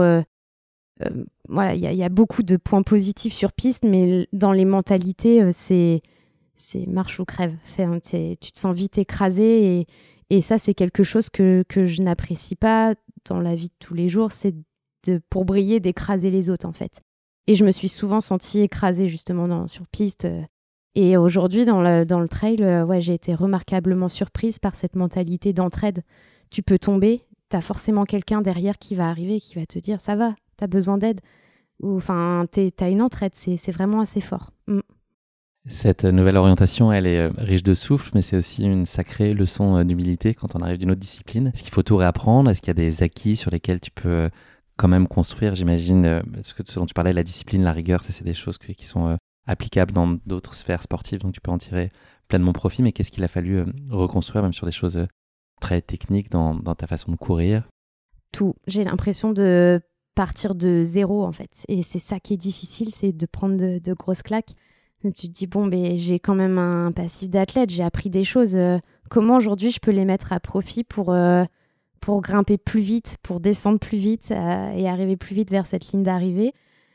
il y a beaucoup de points positifs sur piste, mais dans les mentalités, c'est marche ou crève. Tu te sens vite écrasé et ça, c'est quelque chose que je n'apprécie pas dans la vie de tous les jours. C'est pour briller, d'écraser les autres en fait. Et je me suis souvent sentie écrasée justement sur piste. Et aujourd'hui, dans le trail, j'ai été remarquablement surprise par cette mentalité d'entraide. Tu peux tomber, tu as forcément quelqu'un derrière qui va arriver, qui va te dire « ça va, tu as besoin d'aide ». Enfin, tu as une entraide, c'est vraiment assez fort. Cette nouvelle orientation, elle est riche de souffle, mais c'est aussi une sacrée leçon d'humilité quand on arrive d'une autre discipline. Est-ce qu'il faut tout réapprendre? Est-ce qu'il y a des acquis sur lesquels tu peux quand même construire? J'imagine, ce dont tu parlais, la discipline, la rigueur, c'est des choses qui sont... applicable dans d'autres sphères sportives, donc tu peux en tirer pleinement profit, mais qu'est-ce qu'il a fallu reconstruire, même sur des choses très techniques dans ta façon de courir? Tout. J'ai l'impression de partir de zéro, en fait. Et c'est ça qui est difficile, c'est de prendre de grosses claques. Et tu te dis, j'ai quand même un passif d'athlète, j'ai appris des choses. Comment aujourd'hui je peux les mettre à profit pour grimper plus vite, pour descendre plus vite et arriver plus vite vers cette ligne d'arrivée?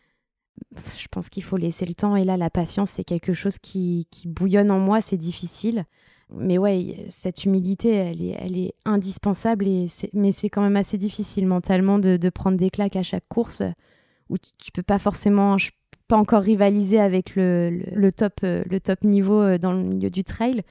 Je pense qu'il faut laisser le temps et là la patience c'est quelque chose qui bouillonne en moi, c'est difficile mais cette humilité elle est indispensable mais c'est quand même assez difficile mentalement de prendre des claques à chaque course où tu peux pas forcément, je peux pas encore rivaliser avec le top niveau dans le milieu du trail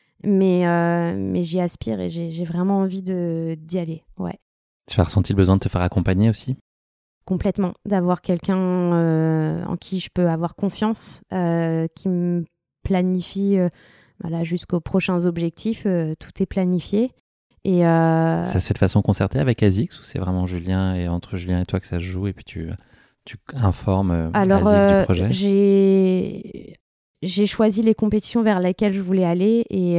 mais j'y aspire et j'ai vraiment envie d'y aller. Tu as ressenti le besoin de te faire accompagner aussi? Complètement, d'avoir quelqu'un en qui je peux avoir confiance, qui me planifie jusqu'aux prochains objectifs, tout est planifié. Et ça se fait de façon concertée avec ASICS ou c'est vraiment Julien et entre Julien et toi que ça se joue et puis tu informes ASICS du projet? J'ai choisi les compétitions vers lesquelles je voulais aller et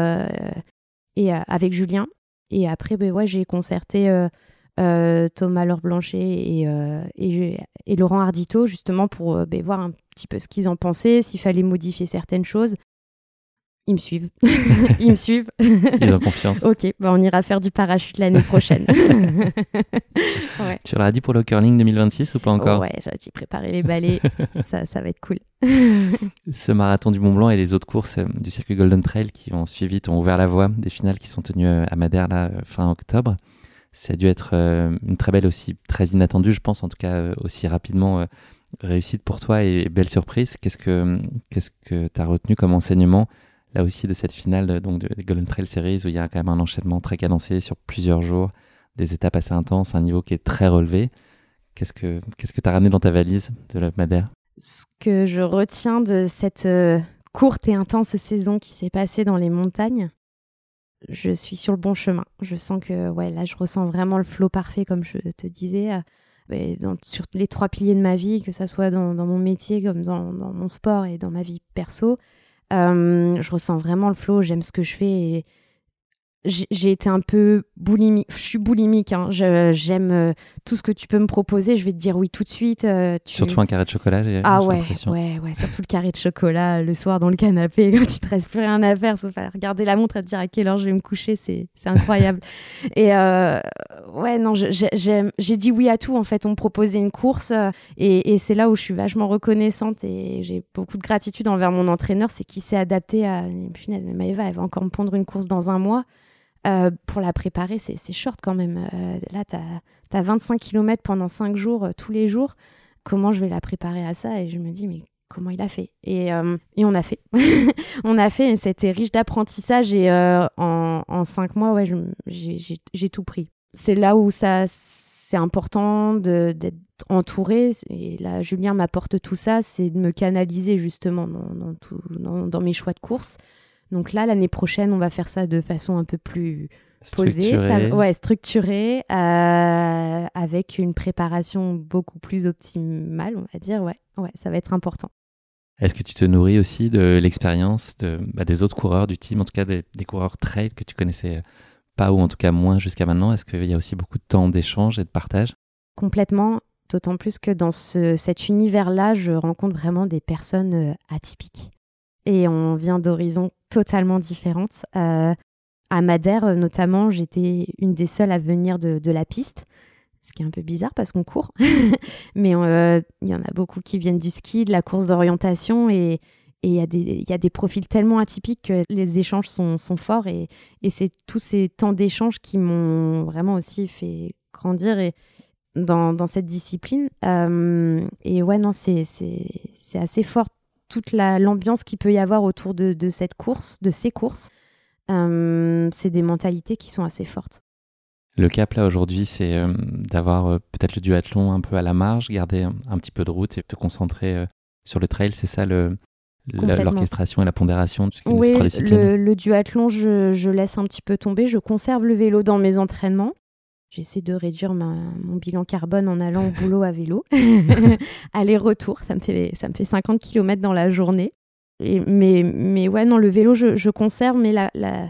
avec Julien. Et après, j'ai concerté Thomas Laure Blanchet et Laurent Ardito justement pour voir un petit peu ce qu'ils en pensaient, s'il fallait modifier certaines choses. Ils me suivent. Ils me suivent. Ils ont confiance. Ok, on ira faire du parachute l'année prochaine. Ouais. Tu l'auras dit pour le curling 2026 ou pas encore? Ouais, j'ai préparé les balais. ça va être cool. Ce marathon du Mont Blanc et les autres courses du circuit Golden Trail qui ont suivi t'ont ouvert la voie des finales qui sont tenues à Madère là, fin octobre. Ça a dû être une très belle aussi, très inattendue, je pense, en tout cas aussi rapidement réussite pour toi et belle surprise. Qu'est-ce que tu as retenu comme enseignement là aussi de cette finale donc de Golden Trail Series où il y a quand même un enchaînement très cadencé sur plusieurs jours, des étapes assez intenses, un niveau qui est très relevé. Qu'est-ce que tu as ramené dans ta valise de la Madère? Ce que je retiens de cette courte et intense saison qui s'est passée dans les montagnes, je suis sur le bon chemin. Je sens que là, je ressens vraiment le flow parfait, comme je te disais, sur les 3 piliers de ma vie, que ça soit dans mon métier, comme dans mon sport et dans ma vie perso. Je ressens vraiment le flow, j'aime ce que je fais et j'ai été un peu boulimique. Je suis boulimique, hein. J'aime tout ce que tu peux me proposer, je vais te dire oui tout de suite. Surtout un carré de chocolat, j'ai l'impression. Ouais, surtout le carré de chocolat le soir dans le canapé, quand il te reste plus rien à faire, sauf à regarder la montre et te dire à quelle heure je vais me coucher, c'est incroyable. Et j'ai dit oui à tout en fait. On me proposait une course et c'est là où je suis vachement reconnaissante et j'ai beaucoup de gratitude envers mon entraîneur, c'est qu'il s'est adapté à punaise, mais Maëva, elle va encore me pondre une course dans un mois. Pour la préparer, c'est short quand même. Là, t'as 25 km pendant 5 jours, tous les jours. Comment je vais la préparer à ça? Et je me dis, mais comment il a fait? Et on a fait. On a fait, et c'était riche d'apprentissage. Et en 5 mois, j'ai tout pris. C'est là où c'est important d'être entouré. Et là, Julien m'apporte tout ça, c'est de me canaliser justement dans mes choix de course. Donc là, l'année prochaine, on va faire ça de façon un peu plus posée, structurée, avec une préparation beaucoup plus optimale, on va dire. Ouais, ça va être important. Est-ce que tu te nourris aussi de l'expérience des autres coureurs du team, en tout cas des coureurs trail que tu connaissais pas ou en tout cas moins jusqu'à maintenant? Est-ce qu'il y a aussi beaucoup de temps d'échange et de partage? Complètement, d'autant plus que dans cet univers-là, je rencontre vraiment des personnes atypiques. Et on vient d'horizons totalement différentes. À Madère, notamment, j'étais une des seules à venir de la piste, ce qui est un peu bizarre parce qu'on court. Mais il y en a beaucoup qui viennent du ski, de la course d'orientation, et il y a des profils tellement atypiques que les échanges sont forts. Et c'est tous ces temps d'échanges qui m'ont vraiment aussi fait grandir dans cette discipline. C'est assez fort. Toute l'ambiance qu'il peut y avoir autour de cette course, de ces courses, c'est des mentalités qui sont assez fortes. Le cap là aujourd'hui, c'est d'avoir peut-être le duathlon un peu à la marge, garder un petit peu de route et te concentrer sur le trail. C'est ça l'orchestration et la pondération de ces trois disciplines? Le duathlon, je laisse un petit peu tomber. Je conserve le vélo dans mes entraînements. J'essaie de réduire mon bilan carbone en allant au boulot à vélo. Aller-retour, ça me fait 50 km dans la journée. Mais le vélo, je conserve, mais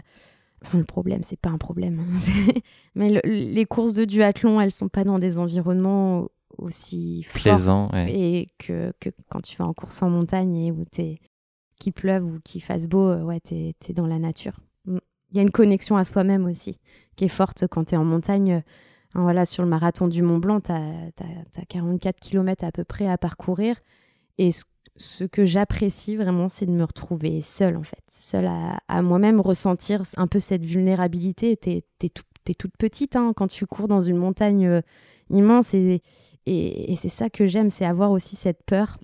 le problème, c'est pas un problème. Mais les courses de duathlon, elles sont pas dans des environnements aussi plaisants. Ouais. Et que quand tu vas en course en montagne et qu'il pleuve ou qu'il fasse beau, t'es dans la nature. Il y a une connexion à soi-même aussi qui est forte quand tu es en montagne. Sur le marathon du Mont Blanc, tu as 44 km à peu près à parcourir. Et ce que j'apprécie vraiment, c'est de me retrouver seule, en fait. Seule à moi-même ressentir un peu cette vulnérabilité. Tu es toute petite quand tu cours dans une montagne immense. Et c'est ça que j'aime, c'est avoir aussi cette peur,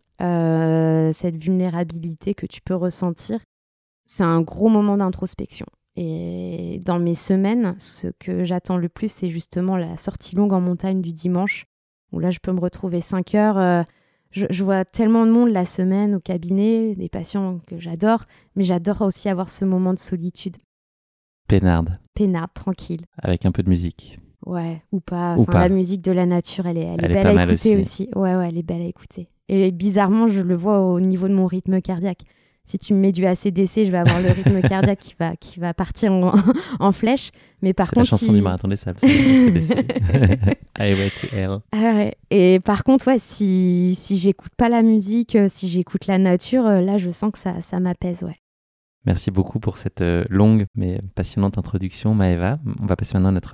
cette vulnérabilité que tu peux ressentir. C'est un gros moment d'introspection. Et dans mes semaines, ce que j'attends le plus, c'est justement la sortie longue en montagne du dimanche, où là, je peux me retrouver 5 heures. Je vois tellement de monde la semaine au cabinet, des patients que j'adore, mais j'adore aussi avoir ce moment de solitude. Peinarde, tranquille. Avec un peu de musique. Ouais, ou pas. La musique de la nature, elle est belle à écouter aussi. Ouais, elle est belle à écouter. Et bizarrement, je le vois au niveau de mon rythme cardiaque. Si tu me mets du AC/DC, je vais avoir le rythme cardiaque qui va partir en flèche. Mais par contre, la chanson du Marathon des Sables. AC/DC. Highway to Hell. Ouais. Et par contre, si j'écoute pas la musique, si j'écoute la nature, là, je sens que ça m'apaise, ouais. Merci beaucoup pour cette longue mais passionnante introduction, Maëva. On va passer maintenant à notre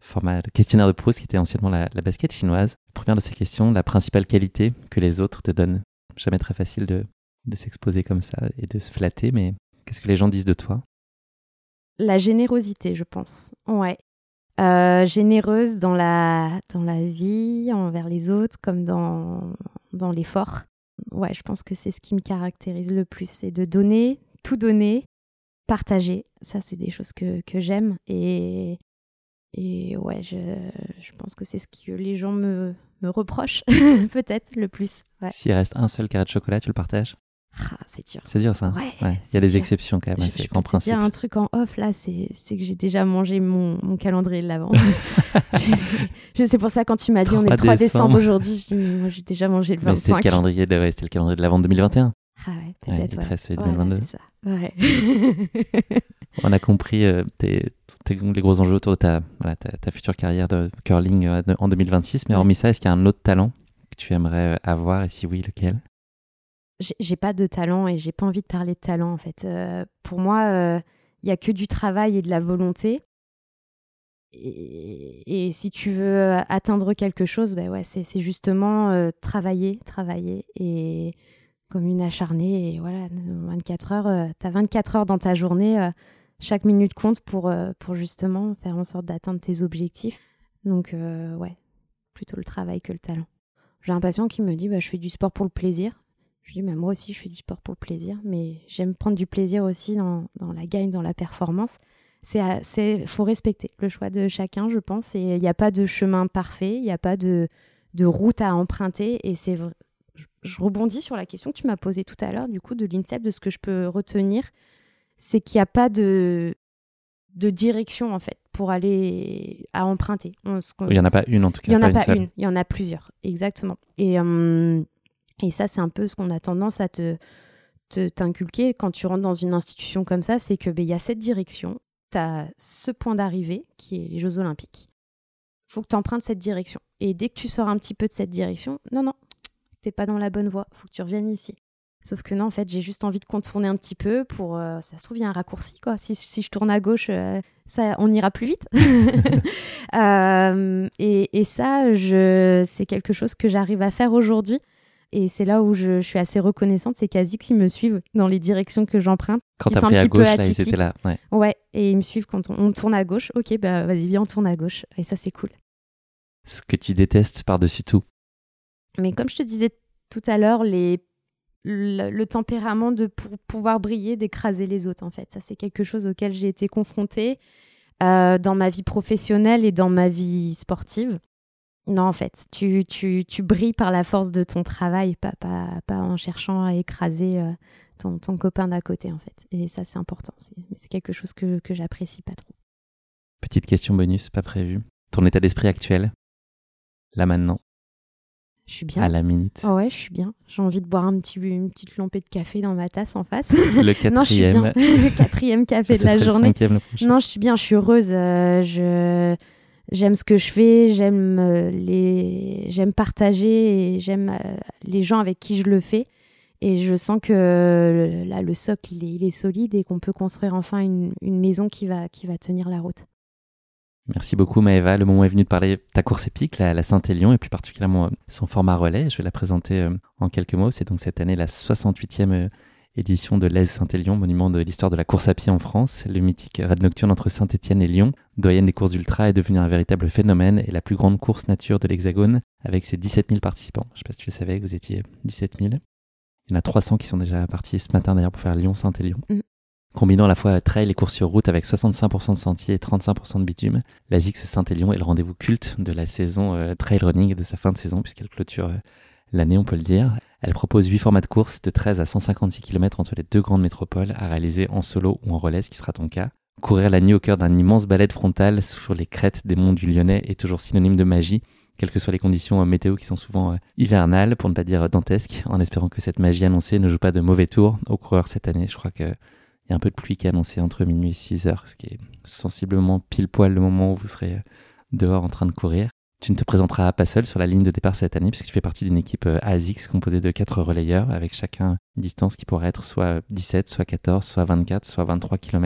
format questionnaire de Proust qui était anciennement la basket chinoise. Première de ces questions, la principale qualité que les autres te donnent. Jamais très facile de s'exposer comme ça et de se flatter, mais qu'est-ce que les gens disent de toi? La générosité, je pense. Ouais. Généreuse dans la vie, envers les autres, comme dans l'effort. Ouais, je pense que c'est ce qui me caractérise le plus, c'est de donner, tout donner, partager. Ça, c'est des choses que j'aime. Et ouais, je pense que c'est ce que les gens me reprochent, peut-être, le plus. Ouais. S'il reste un seul carré de chocolat, tu le partages? C'est dur. C'est dur, ça. Ouais, Il y a des dur. exceptions quand même, c'est en grand principe. Je peux te dire un truc en off, là, c'est que j'ai déjà mangé mon calendrier de l'Avent. C'est pour ça, quand tu m'as dit on est le 3 décembre aujourd'hui, moi j'ai déjà mangé le 25. Mais c'était le calendrier de l'Avent 2021. Ah ouais, peut-être, il reste 2022. C'est ça, ouais. On a compris les gros enjeux autour de ta future carrière de curling en 2026, mais hormis ça, est-ce qu'il y a un autre talent que tu aimerais avoir, et si oui, lequel? J'ai pas de talent et j'ai pas envie de parler de talent en fait. Pour moi, il y a que du travail et de la volonté. Et si tu veux atteindre quelque chose, c'est justement travailler et comme une acharnée. Et voilà, 24 heures, t'as 24 heures dans ta journée. Chaque minute compte pour justement faire en sorte d'atteindre tes objectifs. Donc plutôt le travail que le talent. J'ai un patient qui me dit je fais du sport pour le plaisir. Je dis, moi aussi, je fais du sport pour le plaisir, mais j'aime prendre du plaisir aussi dans la gagne, dans la performance. Faut respecter le choix de chacun, je pense, et il n'y a pas de chemin parfait, il n'y a pas de route à emprunter, et c'est vrai. Je rebondis sur la question que tu m'as posée tout à l'heure, du coup, de l'INSEP, de ce que je peux retenir, c'est qu'il n'y a pas de direction, en fait, pour aller à emprunter. Il n'y en a pas une, en tout cas. Il n'y en a pas une, il y en a plusieurs, exactement. Et ça, c'est un peu ce qu'on a tendance à t'inculquer quand tu rentres dans une institution comme ça, c'est que y a cette direction, tu as ce point d'arrivée qui est les Jeux Olympiques. Il faut que tu empruntes cette direction. Et dès que tu sors un petit peu de cette direction, non, t'es pas dans la bonne voie, il faut que tu reviennes ici. Sauf que non, en fait, j'ai juste envie de contourner un petit peu pour... ça se trouve, il y a un raccourci, quoi. Si je tourne à gauche, on ira plus vite. Et ça, c'est quelque chose que j'arrive à faire aujourd'hui. Et c'est là où je suis assez reconnaissante, c'est qu'ASICS, ils me suivent dans les directions que j'emprunte. Quand t'as pris à gauche, là, ils étaient là. Ouais, et ils me suivent quand on tourne à gauche. Ok, vas-y, viens, on tourne à gauche. Et ça, c'est cool. Ce que tu détestes par-dessus tout. Mais comme je te disais tout à l'heure, le tempérament pour pouvoir briller, d'écraser les autres, en fait. Ça, c'est quelque chose auquel j'ai été confrontée dans ma vie professionnelle et dans ma vie sportive. Non, en fait, tu brilles par la force de ton travail, pas en cherchant à écraser ton copain d'à côté, en fait. Et ça, c'est important. C'est quelque chose que j'apprécie pas trop. Petite question bonus, pas prévue. Ton état d'esprit actuel, là maintenant? Je suis bien. À la minute. Oh ouais, je suis bien. J'ai envie de boire une petite lampée de café dans ma tasse en face. Le 4e. Non, je suis bien. Le 4e café de la journée. Le 5e, le prochain. Non, je suis bien, je suis heureuse. J'aime ce que je fais, j'aime partager et j'aime les gens avec qui je le fais. Et je sens que là, le socle, il est solide et qu'on peut construire enfin une maison qui va tenir la route. Merci beaucoup Maëva. Le moment est venu de parler de ta course épique, la Saint-Élion, et plus particulièrement son format relais. Je vais la présenter en quelques mots. C'est donc cette année la 68e édition de l'Aise Saint-Élion, monument de l'histoire de la course à pied en France. Le mythique raid nocturne entre Saint-Étienne et Lyon, doyenne des courses ultra, est devenu un véritable phénomène et la plus grande course nature de l'Hexagone avec ses 17 000 participants. Je ne sais pas si tu le savais que vous étiez 17 000. Il y en a 300 qui sont déjà partis ce matin d'ailleurs pour faire Lyon-Saint-Élion. Combinant à la fois trail et course sur route avec 65% de sentiers et 35% de bitume, l'ASICS Saint-Élion est le rendez-vous culte de la saison trail running et de sa fin de saison puisqu'elle clôture l'année, on peut le dire. Elle propose 8 formats de course de 13 à 156 km entre les deux grandes métropoles à réaliser en solo ou en relais, ce qui sera ton cas. Courir la nuit au cœur d'un immense ballet frontal sur les crêtes des monts du Lyonnais est toujours synonyme de magie, quelles que soient les conditions météo qui sont souvent hivernales, pour ne pas dire dantesques, en espérant que cette magie annoncée ne joue pas de mauvais tours aux coureurs cette année. Je crois qu'il y a un peu de pluie qui est annoncée entre minuit et 6 heures, ce qui est sensiblement pile poil le moment où vous serez dehors en train de courir. Tu ne te présenteras pas seul sur la ligne de départ cette année puisque tu fais partie d'une équipe ASICS composée de 4 relayeurs avec chacun une distance qui pourrait être soit 17, soit 14, soit 24, soit 23 km.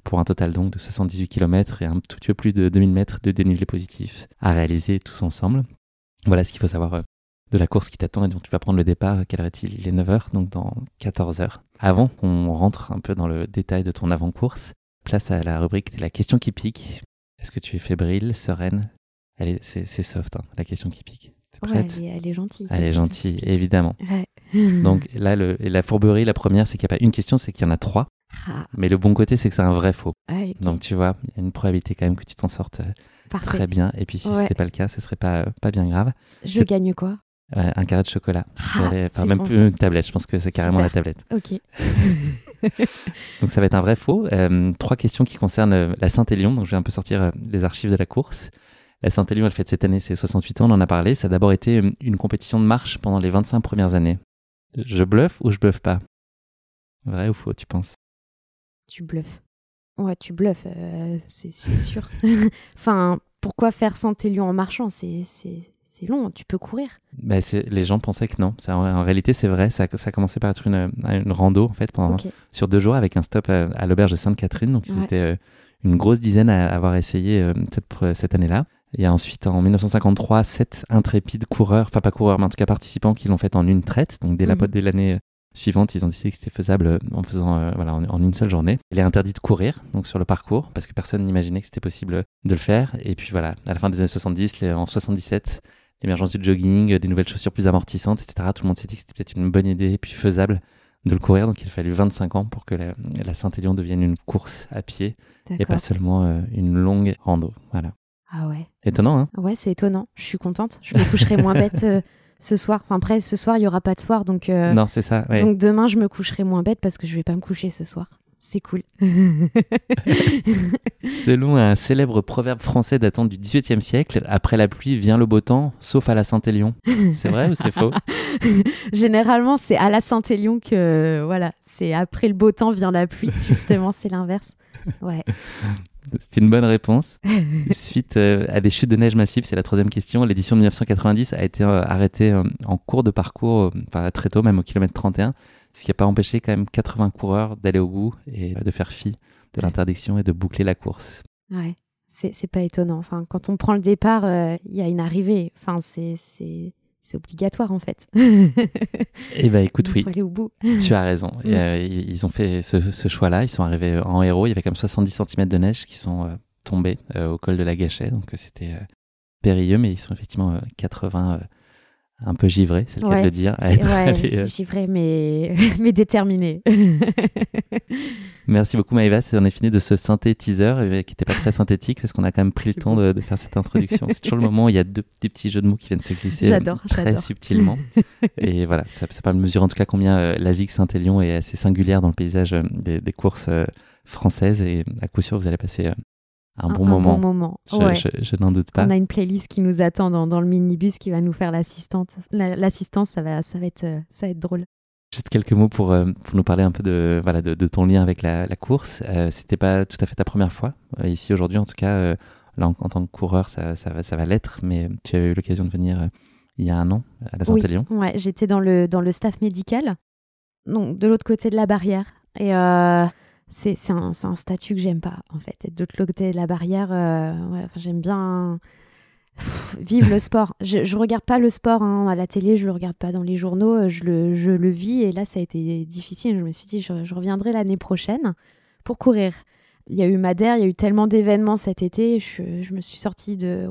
pour un total donc de 78 km et un tout petit peu plus de 2000 mètres de dénivelé positif à réaliser tous ensemble. Voilà ce qu'il faut savoir de la course qui t'attend et dont tu vas prendre le départ. Quelle heure est-il ? Il est 9h, donc dans 14 heures. Avant qu'on rentre un peu dans le détail de ton avant-course, place à la rubrique la question qui pique. Est-ce que tu es fébrile, sereine ? C'est soft, hein, la question qui pique. T'es prête ? Ouais, elle est gentille. Elle est gentille, évidemment. Ouais. Donc là, la fourberie, la première, c'est qu'il n'y a pas une question, c'est qu'il y en a 3. Ah. Mais le bon côté, c'est que c'est un vrai faux. Ouais, okay. Donc tu vois, il y a une probabilité quand même que tu t'en sortes très bien. Et puis si c'était pas le cas, ce serait pas bien grave. Je gagne quoi ? Un carré de chocolat. Même bon, plus une tablette, je pense que c'est carrément la tablette. Ok. Donc ça va être un vrai faux. 3 questions qui concernent la Saint-Élion. Donc je vais un peu sortir les archives de la course. La Saint-Élion, elle fête cette année ses 68 ans, on en a parlé. Ça a d'abord été une compétition de marche pendant les 25 premières années. Je bluffe ou je bluffe pas ? Vrai ou faux, tu penses ? Tu bluffes. Ouais, tu bluffes, c'est sûr. Enfin, pourquoi faire Saint-Élion en marchant ? C'est long, tu peux courir. Les gens pensaient que non. En réalité, c'est vrai. Ça a commencé par être une rando en fait, sur 2 jours avec un stop à l'auberge de Sainte-Catherine. Donc, ils étaient une grosse dizaine à avoir essayé cette année-là. Il y a ensuite, en 1953, 7 intrépides coureurs, enfin pas coureurs, mais en tout cas participants qui l'ont fait en une traite. Donc, dès l'année suivante, ils ont décidé que c'était faisable en faisant en une seule journée. Il est interdit de courir donc sur le parcours parce que personne n'imaginait que c'était possible de le faire. Et puis voilà, à la fin des années 70, en 77, l'émergence du jogging, des nouvelles chaussures plus amortissantes, etc. Tout le monde s'est dit que c'était peut-être une bonne idée et puis faisable de le courir. Donc il a fallu 25 ans pour que la Saint-Élion devienne une course à pied et pas seulement une longue rando. Voilà. Ah ouais. Étonnant, hein ? Ouais, c'est étonnant. Je suis contente. Je me coucherai moins bête ce soir. Enfin, après, ce soir, il n'y aura pas de soir. Donc, non, c'est ça. Ouais. Donc demain, je me coucherai moins bête parce que je ne vais pas me coucher ce soir. C'est cool. Selon un célèbre proverbe français datant du XVIIIe siècle, après la pluie vient le beau temps, sauf à la Saint-Élion. C'est vrai ou c'est faux ? Généralement, c'est à la Saint-Élion que, voilà, c'est après le beau temps vient la pluie. Justement, c'est l'inverse. Ouais. C'est une bonne réponse. Suite à des chutes de neige massives, c'est la 3e question. L'édition de 1990 a été arrêtée en cours de parcours, très tôt, même au kilomètre 31, ce qui n'a pas empêché quand même 80 coureurs d'aller au bout et de faire fi de l'interdiction et de boucler la course. Ouais, c'est pas étonnant. Enfin, quand on prend le départ, il y a une arrivée. Enfin, c'est obligatoire en fait. Eh bien écoute, oui, faut aller au bout. Tu as raison. Ils ont fait ce choix-là. Ils sont arrivés en héros. Il y avait quand même 70 cm de neige qui sont tombés au col de la Gâchette. Donc c'était périlleux, mais ils sont effectivement 80 un peu givrés, c'est le cas de le dire. Givrés, mais déterminés. Merci beaucoup Maëva, on est fini de ce synthétiseur qui n'était pas très synthétique parce qu'on a quand même pris le temps de faire cette introduction. C'est toujours le moment où il y a des petits jeux de mots qui viennent se glisser très subtilement. Et voilà, ça permet de mesurer en tout cas combien la ZIC Saint-Élion est assez singulière dans le paysage des courses françaises et à coup sûr vous allez passer un bon moment. Je n'en doute pas. On a une playlist qui nous attend dans le minibus qui va nous faire l'assistance, ça va être drôle. Juste quelques mots pour nous parler un peu de ton lien avec la course. C'était pas tout à fait ta première fois ici aujourd'hui, en tout cas là en tant que coureur ça va l'être, mais tu as eu l'occasion de venir il y a 1 an à la Saint-Élion. Oui, ouais, j'étais dans le staff médical, donc de l'autre côté de la barrière, et c'est un statut que j'aime pas en fait, être de l'autre côté de la barrière. J'aime bien vivre le sport. Je regarde pas le sport à la télé, je le regarde pas dans les journaux, je le vis, et là ça a été difficile. Je me suis dit je reviendrai l'année prochaine pour courir. Il y a eu Madère, il y a eu tellement d'événements cet été, je me suis sortie des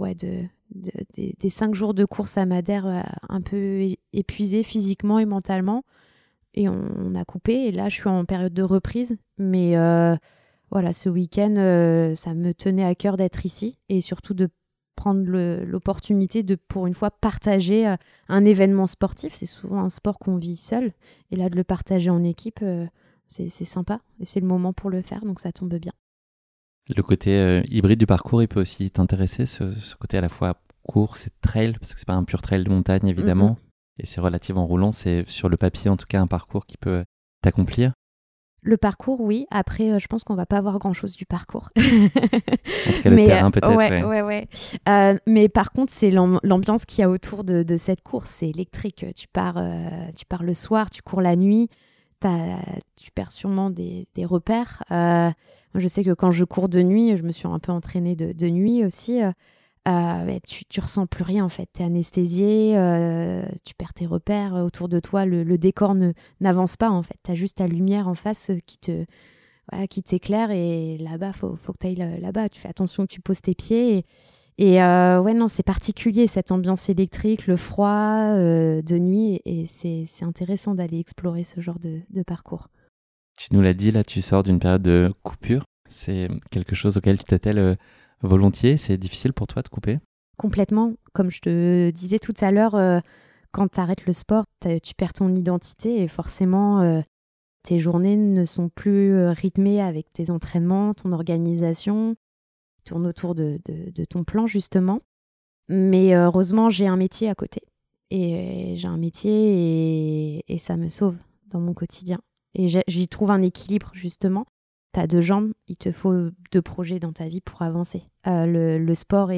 5 jours de course à Madère un peu épuisée physiquement et mentalement, et on a coupé, et là je suis en période de reprise, mais ce week-end ça me tenait à cœur d'être ici et surtout de prendre l'opportunité de, pour une fois, partager un événement sportif. C'est souvent un sport qu'on vit seul, et là de le partager en équipe, c'est sympa, et c'est le moment pour le faire, donc ça tombe bien. Le côté hybride du parcours, il peut aussi t'intéresser, ce côté à la fois course et trail, parce que c'est pas un pur trail de montagne évidemment, et c'est relativement roulant, c'est sur le papier en tout cas un parcours qui peut t'accomplir. Le parcours, oui. Après, je pense qu'on va pas voir grand-chose du parcours. En tout cas, le terrain peut-être. Ouais. Mais par contre, c'est l'ambiance qu'il y a autour de cette course. C'est électrique. Tu pars le soir, tu cours la nuit. tu perds sûrement des repères. Moi, je sais que quand je cours de nuit, je me suis un peu entraînée de nuit aussi. Tu ressens plus rien en fait, t'es anesthésié, tu perds tes repères autour de toi, le décor n'avance pas en fait, t'as juste ta lumière en face qui t'éclaire et là-bas faut que t'ailles là-bas, tu fais attention que tu poses tes pieds ouais non c'est particulier cette ambiance électrique, le froid de nuit et c'est intéressant d'aller explorer ce genre de parcours. Tu nous l'as dit là, tu sors d'une période de coupure, c'est quelque chose auquel tu t'attelles volontiers, c'est difficile pour toi de couper? Complètement. Comme je te disais tout à l'heure, quand tu arrêtes le sport, tu perds ton identité et forcément, tes journées ne sont plus rythmées avec tes entraînements, ton organisation, qui tourne autour de ton plan justement. Mais heureusement, j'ai un métier à côté. Et j'ai un métier et ça me sauve dans mon quotidien. Et j'y trouve un équilibre justement. T'as 2 jambes, il te faut 2 projets dans ta vie pour avancer. Le sport et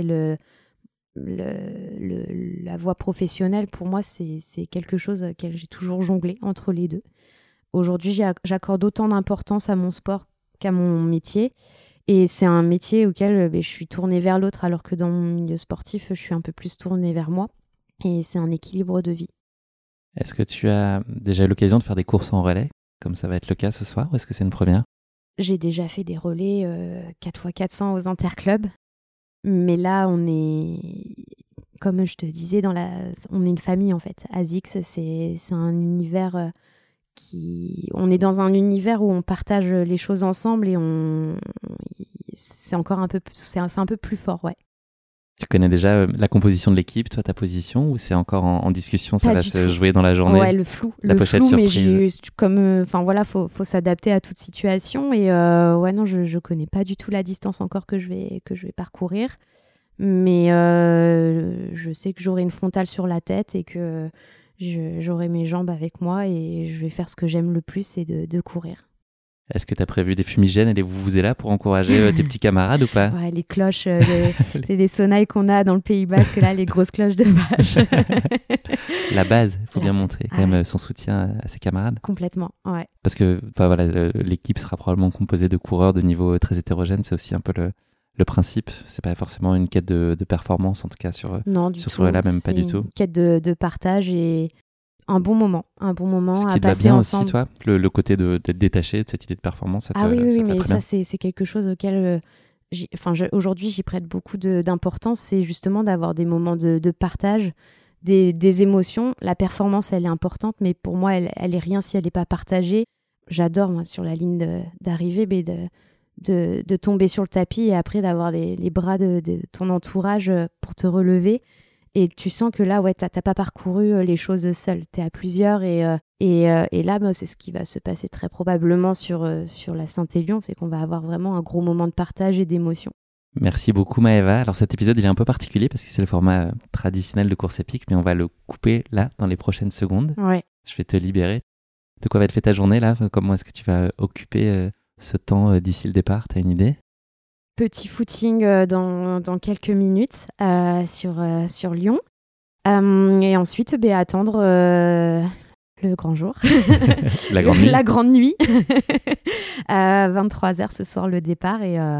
la voie professionnelle, pour moi, c'est quelque chose à laquelle j'ai toujours jonglé entre les deux. Aujourd'hui, j'accorde autant d'importance à mon sport qu'à mon métier. Et c'est un métier auquel je suis tournée vers l'autre, alors que dans mon milieu sportif, je suis un peu plus tournée vers moi. Et c'est un équilibre de vie. Est-ce que tu as déjà eu l'occasion de faire des courses en relais, comme ça va être le cas ce soir, ou est-ce que c'est une première? J'ai déjà fait des relais 4x400 aux interclubs. Mais là, on est, comme je te disais, on est une famille en fait. ASICS, c'est un univers on est dans un univers où on partage les choses ensemble et c'est encore un peu plus fort, ouais. Tu connais déjà la composition de l'équipe, toi, ta position, ou c'est encore en discussion, ça va se jouer dans la journée? Ouais, le flou. La pochette surprise. Mais faut s'adapter à toute situation. Et non, je connais pas du tout la distance encore que je vais parcourir. Mais je sais que j'aurai une frontale sur la tête et que j'aurai mes jambes avec moi et je vais faire ce que j'aime le plus, c'est de courir. Est-ce que tu as prévu des fumigènes et des vuvuzelas pour encourager tes petits camarades ou pas? Ouais, les cloches, les sonnailles qu'on a dans le Pays Basque, là, les grosses cloches de vache. La base, il faut bien montrer quand même son soutien à ses camarades. Complètement, ouais. Parce que l'équipe sera probablement composée de coureurs de niveau très hétérogène, c'est aussi un peu le principe. C'est pas forcément une quête de performance, en tout cas sur ce relais-là, même pas du tout. C'est une quête de partage et un bon moment à passer ensemble. Ce qui te va bien aussi, toi, le côté d'être détaché de cette idée de performance, ça te oui, mais ça, bien. c'est quelque chose auquel aujourd'hui, j'y prête beaucoup d'importance. C'est justement d'avoir des moments de partage, des émotions. La performance, elle est importante, mais pour moi, elle est rien si elle n'est pas partagée. J'adore, moi, sur la ligne d'arrivée, de tomber sur le tapis et après d'avoir les bras de ton entourage pour te relever. Et tu sens que là, ouais, t'as pas parcouru les choses seul. T'es à plusieurs et là, c'est ce qui va se passer très probablement sur la Saint-Élion, c'est qu'on va avoir vraiment un gros moment de partage et d'émotion. Merci beaucoup Maëva. Alors cet épisode, il est un peu particulier parce que c'est le format traditionnel de course épique, mais on va le couper là, dans les prochaines secondes. Ouais. Je vais te libérer. De quoi va être faite ta journée là? Comment est-ce que tu vas occuper ce temps d'ici le départ? T'as une idée? Petit footing dans quelques minutes sur Lyon. Et ensuite, attendre le grand jour. La grande nuit. La grande nuit. 23h ce soir, le départ.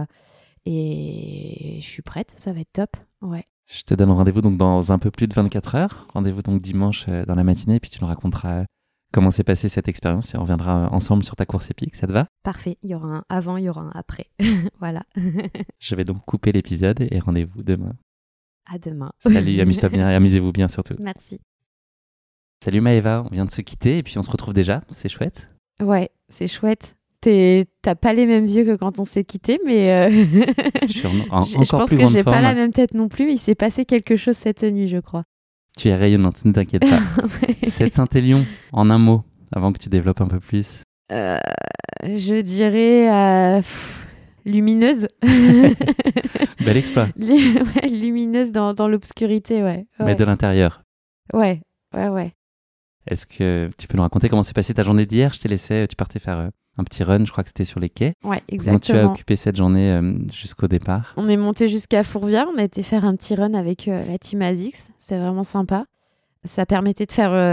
Et je suis prête, ça va être top. Ouais. Je te donne rendez-vous donc dans un peu plus de 24 heures. Rendez-vous donc dimanche dans la matinée. Et puis tu nous raconteras comment s'est passée cette expérience et on reviendra ensemble sur ta course épique, ça te va? Parfait, il y aura un avant, il y aura un après. Voilà. Je vais donc couper l'épisode et rendez-vous demain. À demain. Salut, amuse-toi bien et amusez-vous bien surtout. Merci. Salut Maëva, on vient de se quitter et puis on se retrouve déjà, c'est chouette. Ouais, c'est chouette. T'as pas les mêmes yeux que quand on s'est quitté, mais je suis encore je pense plus que grande j'ai forme. pas la même tête non plus, mais il s'est passé quelque chose cette nuit, je crois. Tu es rayonnante, ne t'inquiète pas. Ouais. Cette Saint-Élion, en un mot, avant que tu développes un peu plus. Je dirais lumineuse. Bel exploit. Ouais, lumineuse dans l'obscurité, ouais. Mais de l'intérieur. Ouais. Est-ce que tu peux nous raconter comment s'est passée ta journée d'hier? Je t'ai laissé, tu partais faire un petit run, je crois que c'était sur les quais. Ouais, exactement. Comment tu as occupé cette journée jusqu'au départ? On est monté jusqu'à Fourvière, on a été faire un petit run avec la team ASICS, c'était vraiment sympa. Ça permettait de faire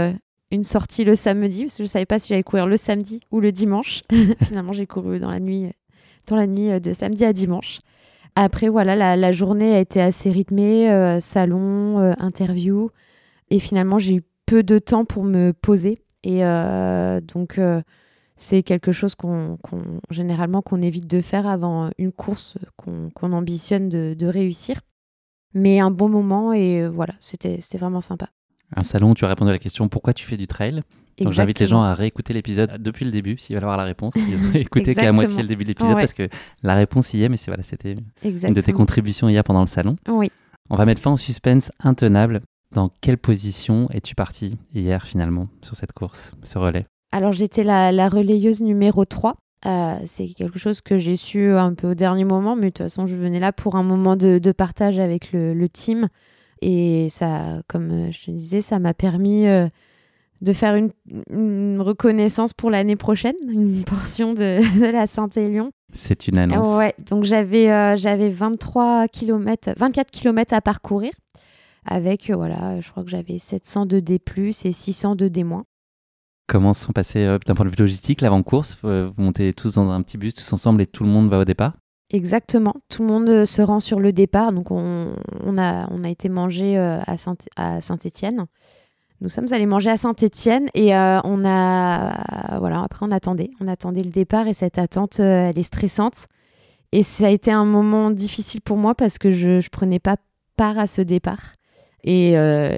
une sortie le samedi, parce que je savais pas si j'allais courir le samedi ou le dimanche. Finalement, j'ai couru dans la nuit de samedi à dimanche. Après, voilà, la journée a été assez rythmée, salon, interview. Et finalement, j'ai eu peu de temps pour me poser. Et donc, c'est quelque chose généralement qu'on évite de faire avant une course qu'on ambitionne de réussir. Mais un bon moment et voilà, c'était vraiment sympa. Un salon, tu as répondu à la question pourquoi tu fais du trail. Donc j'invite les gens à réécouter l'épisode depuis le début s'ils veulent avoir la réponse. Ils ont écouté qu'à moitié le début de l'épisode parce que la réponse y est, mais c'était une de tes contributions hier pendant le salon. Oui. On va mettre fin au suspense intenable. Dans quelle position es-tu partie hier finalement sur cette course, ce relais? Alors j'étais la relayeuse numéro 3. C'est quelque chose que j'ai su un peu au dernier moment, mais de toute façon je venais là pour un moment de partage avec le team. Et ça, comme je te disais, ça m'a permis de faire une reconnaissance pour l'année prochaine, une portion de la Saint-Élion. C'est une annonce. Ouais, donc j'avais 24 km à parcourir avec, je crois que j'avais 700 de D+, et 600 de D-. Comment se sont passés d'un point de vue logistique l'avant-course? Vous montez tous dans un petit bus, tous ensemble, et tout le monde va au départ? Exactement, tout le monde se rend sur le départ. Donc on a été manger à Saint-Étienne. Nous sommes allés manger à Saint-Étienne et après on attendait le départ et cette attente elle est stressante. Et ça a été un moment difficile pour moi parce que je prenais pas part à ce départ. Et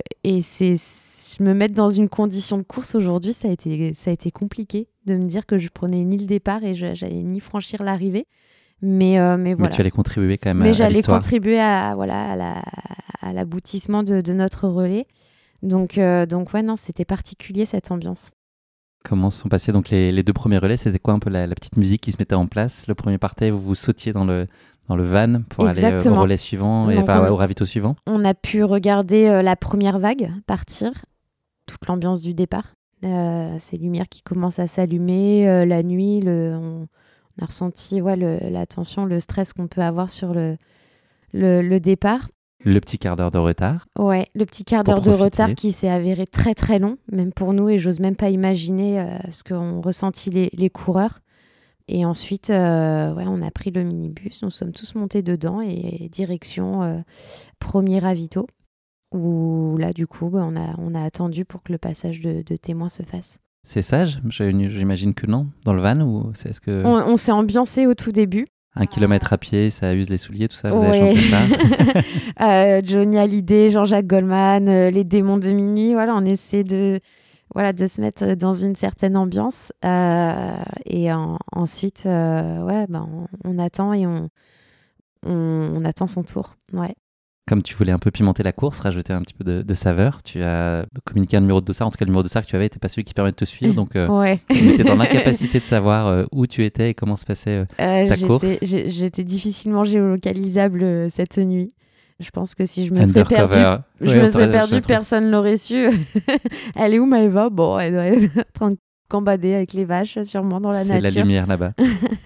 je me mettre dans une condition de course aujourd'hui, ça a été compliqué de me dire que je prenais ni le départ et j'allais ni franchir l'arrivée. Mais voilà. Mais tu allais contribuer quand même à l'histoire. Mais j'allais contribuer à l'aboutissement de notre relais. Donc ouais, non, c'était particulier cette ambiance. Comment se sont passés donc les 2 premiers relais? C'était quoi un peu la petite musique qui se mettait en place? Le premier partait, vous sautiez dans le van pour aller au relais suivant, au ravito suivant? On a pu regarder la première vague partir, toute l'ambiance du départ. Ces lumières qui commencent à s'allumer, la nuit, on a ressenti la tension, le stress qu'on peut avoir sur le départ. Le petit quart d'heure de retard. Ouais, le petit quart d'heure de retard qui s'est avéré très très long, même pour nous, et j'ose même pas imaginer ce qu'ont ressenti les coureurs. Et ensuite, on a pris le minibus, nous sommes tous montés dedans et direction premier ravito, où là, du coup, on a attendu pour que le passage de témoins se fasse. C'est sage? J'imagine que non, dans le van ou est-ce que... On s'est ambiancé au tout début. 1 kilomètre à pied, ça use les souliers, tout ça, vous avez chanté ça. Johnny Hallyday, Jean-Jacques Goldman, les démons de minuit, on essaie de se mettre dans une certaine ambiance. Ensuite, on attend et on attend son tour. Ouais. Comme tu voulais un peu pimenter la course, rajouter un petit peu de saveur, tu as communiqué un numéro de dossard. En tout cas, le numéro de dossard que tu avais n'était pas celui qui permet de te suivre. Donc, on était dans l'incapacité de savoir où tu étais et comment se passait ta course. J'étais difficilement géolocalisable cette nuit. Je pense que si je me serais perdue, personne ne l'aurait su. Elle est où, Maëva? Bon, elle doit être en train de gambader avec les vaches, sûrement dans la nature. C'est la lumière là-bas.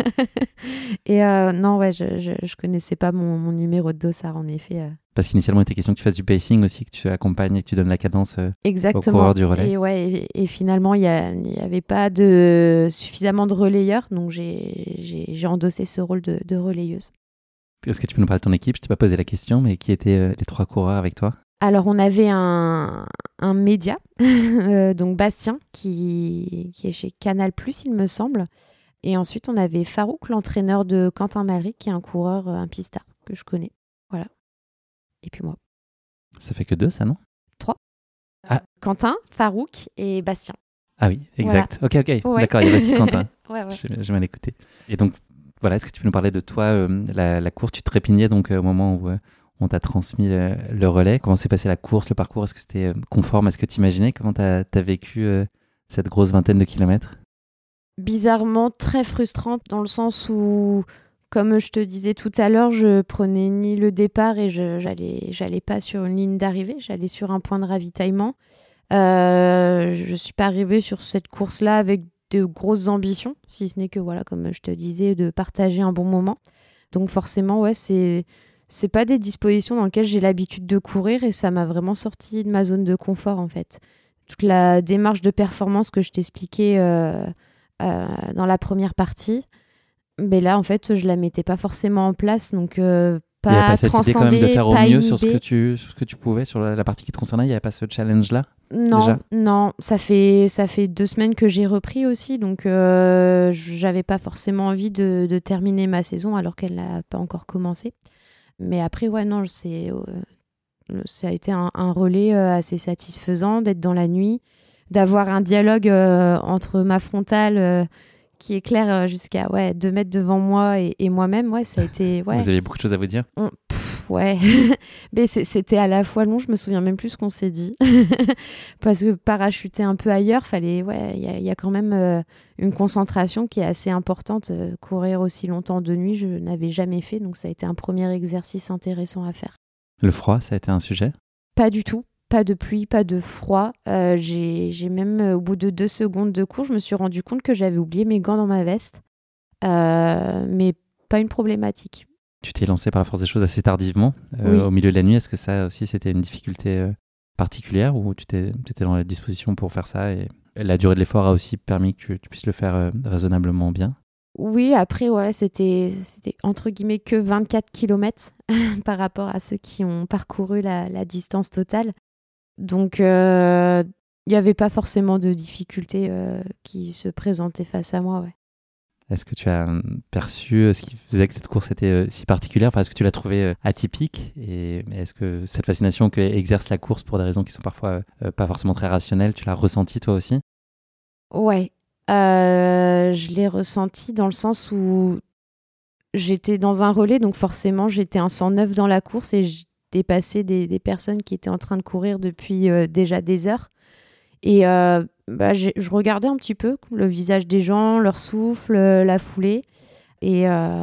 Et non, je connaissais pas mon numéro de dossard, en effet. Parce qu'initialement, il était question que tu fasses du pacing aussi, que tu accompagnes et que tu donnes la cadence aux coureurs du relais. Et finalement, il n'y avait pas suffisamment de relayeurs, donc j'ai endossé ce rôle de relayeuse. Est-ce que tu peux nous parler de ton équipe? Je t'ai pas posé la question, mais qui étaient les 3 coureurs avec toi? Alors, on avait un média, donc Bastien, qui est chez Canal+, il me semble. Et ensuite, on avait Farouk, l'entraîneur de Quentin Malry, qui est un coureur, un pistard que je connais. Voilà. Et puis moi. Ça fait que 2, ça, non? 3. Quentin, Farouk et Bastien. Ah oui, exact. Voilà. Ok. Ouais. D'accord, il y a aussi Quentin. Ouais. J'ai mal écouté. Et donc, voilà, est-ce que tu peux nous parler de toi, la course? Tu trépignais donc au moment où on t'a transmis le relais. Comment s'est passée la course, le parcours? Est-ce que c'était conforme à ce que tu imaginais? Comment tu as vécu cette grosse vingtaine de kilomètres? Bizarrement, très frustrante dans le sens où, comme je te disais tout à l'heure, je prenais ni le départ et j'allais pas sur une ligne d'arrivée, j'allais sur un point de ravitaillement. Je suis pas arrivée sur cette course-là avec de grosses ambitions, si ce n'est que, comme je te disais, de partager un bon moment. Donc forcément, c'est pas des dispositions dans lesquelles j'ai l'habitude de courir et ça m'a vraiment sorti de ma zone de confort, en fait. toute la démarche de performance que je t'expliquais dans la première partie. Mais là, en fait, je la mettais pas forcément en place, donc Il n'y avait pas cette idée quand même de faire au mieux sur ce que tu pouvais, sur la partie qui te concernait. Il n'y avait pas ce challenge-là déjà? Non, ça fait 2 semaines que j'ai repris aussi, donc j'avais pas forcément envie de terminer ma saison alors qu'elle n'a pas encore commencé. Mais après, ouais, non, ça a été un relais assez satisfaisant d'être dans la nuit, d'avoir un dialogue entre ma frontale qui éclaire jusqu'à 2 mètres devant moi et moi-même. Ouais, ça a été... Ouais. Vous aviez beaucoup de choses à vous dire? Ouais, mais c'était à la fois long, je me souviens même plus ce qu'on s'est dit. Parce que parachuter un peu ailleurs, il y a quand même une concentration qui est assez importante. Courir aussi longtemps de nuit, je n'avais jamais fait, donc ça a été un premier exercice intéressant à faire. Le froid, ça a été un sujet? Pas du tout. Pas de pluie, pas de froid. J'ai même, au bout de 2 secondes de cours, je me suis rendu compte que j'avais oublié mes gants dans ma veste. Mais pas une problématique. Tu t'es lancé par la force des choses assez tardivement, Oui. au milieu de la nuit. Est-ce que ça aussi, c'était une difficulté particulière ou tu étais dans la disposition pour faire ça et la durée de l'effort a aussi permis que tu puisses le faire raisonnablement bien? Oui, après, voilà, c'était entre guillemets que 24 km par rapport à ceux qui ont parcouru la distance totale. Donc, il n'y avait pas forcément de difficultés qui se présentaient face à moi. Ouais. Est-ce que tu as perçu ce qui faisait que cette course était si particulière? Enfin, est-ce que tu l'as trouvée atypique? Et est-ce que cette fascination qu'exerce la course pour des raisons qui sont parfois pas forcément très rationnelles, tu l'as ressentie toi aussi? Ouais, je l'ai ressenti dans le sens où j'étais dans un relais, donc forcément j'étais un 109 dans la course et je dépassais des personnes qui étaient en train de courir depuis déjà des heures. Et je regardais un petit peu le visage des gens, leur souffle, la foulée. Et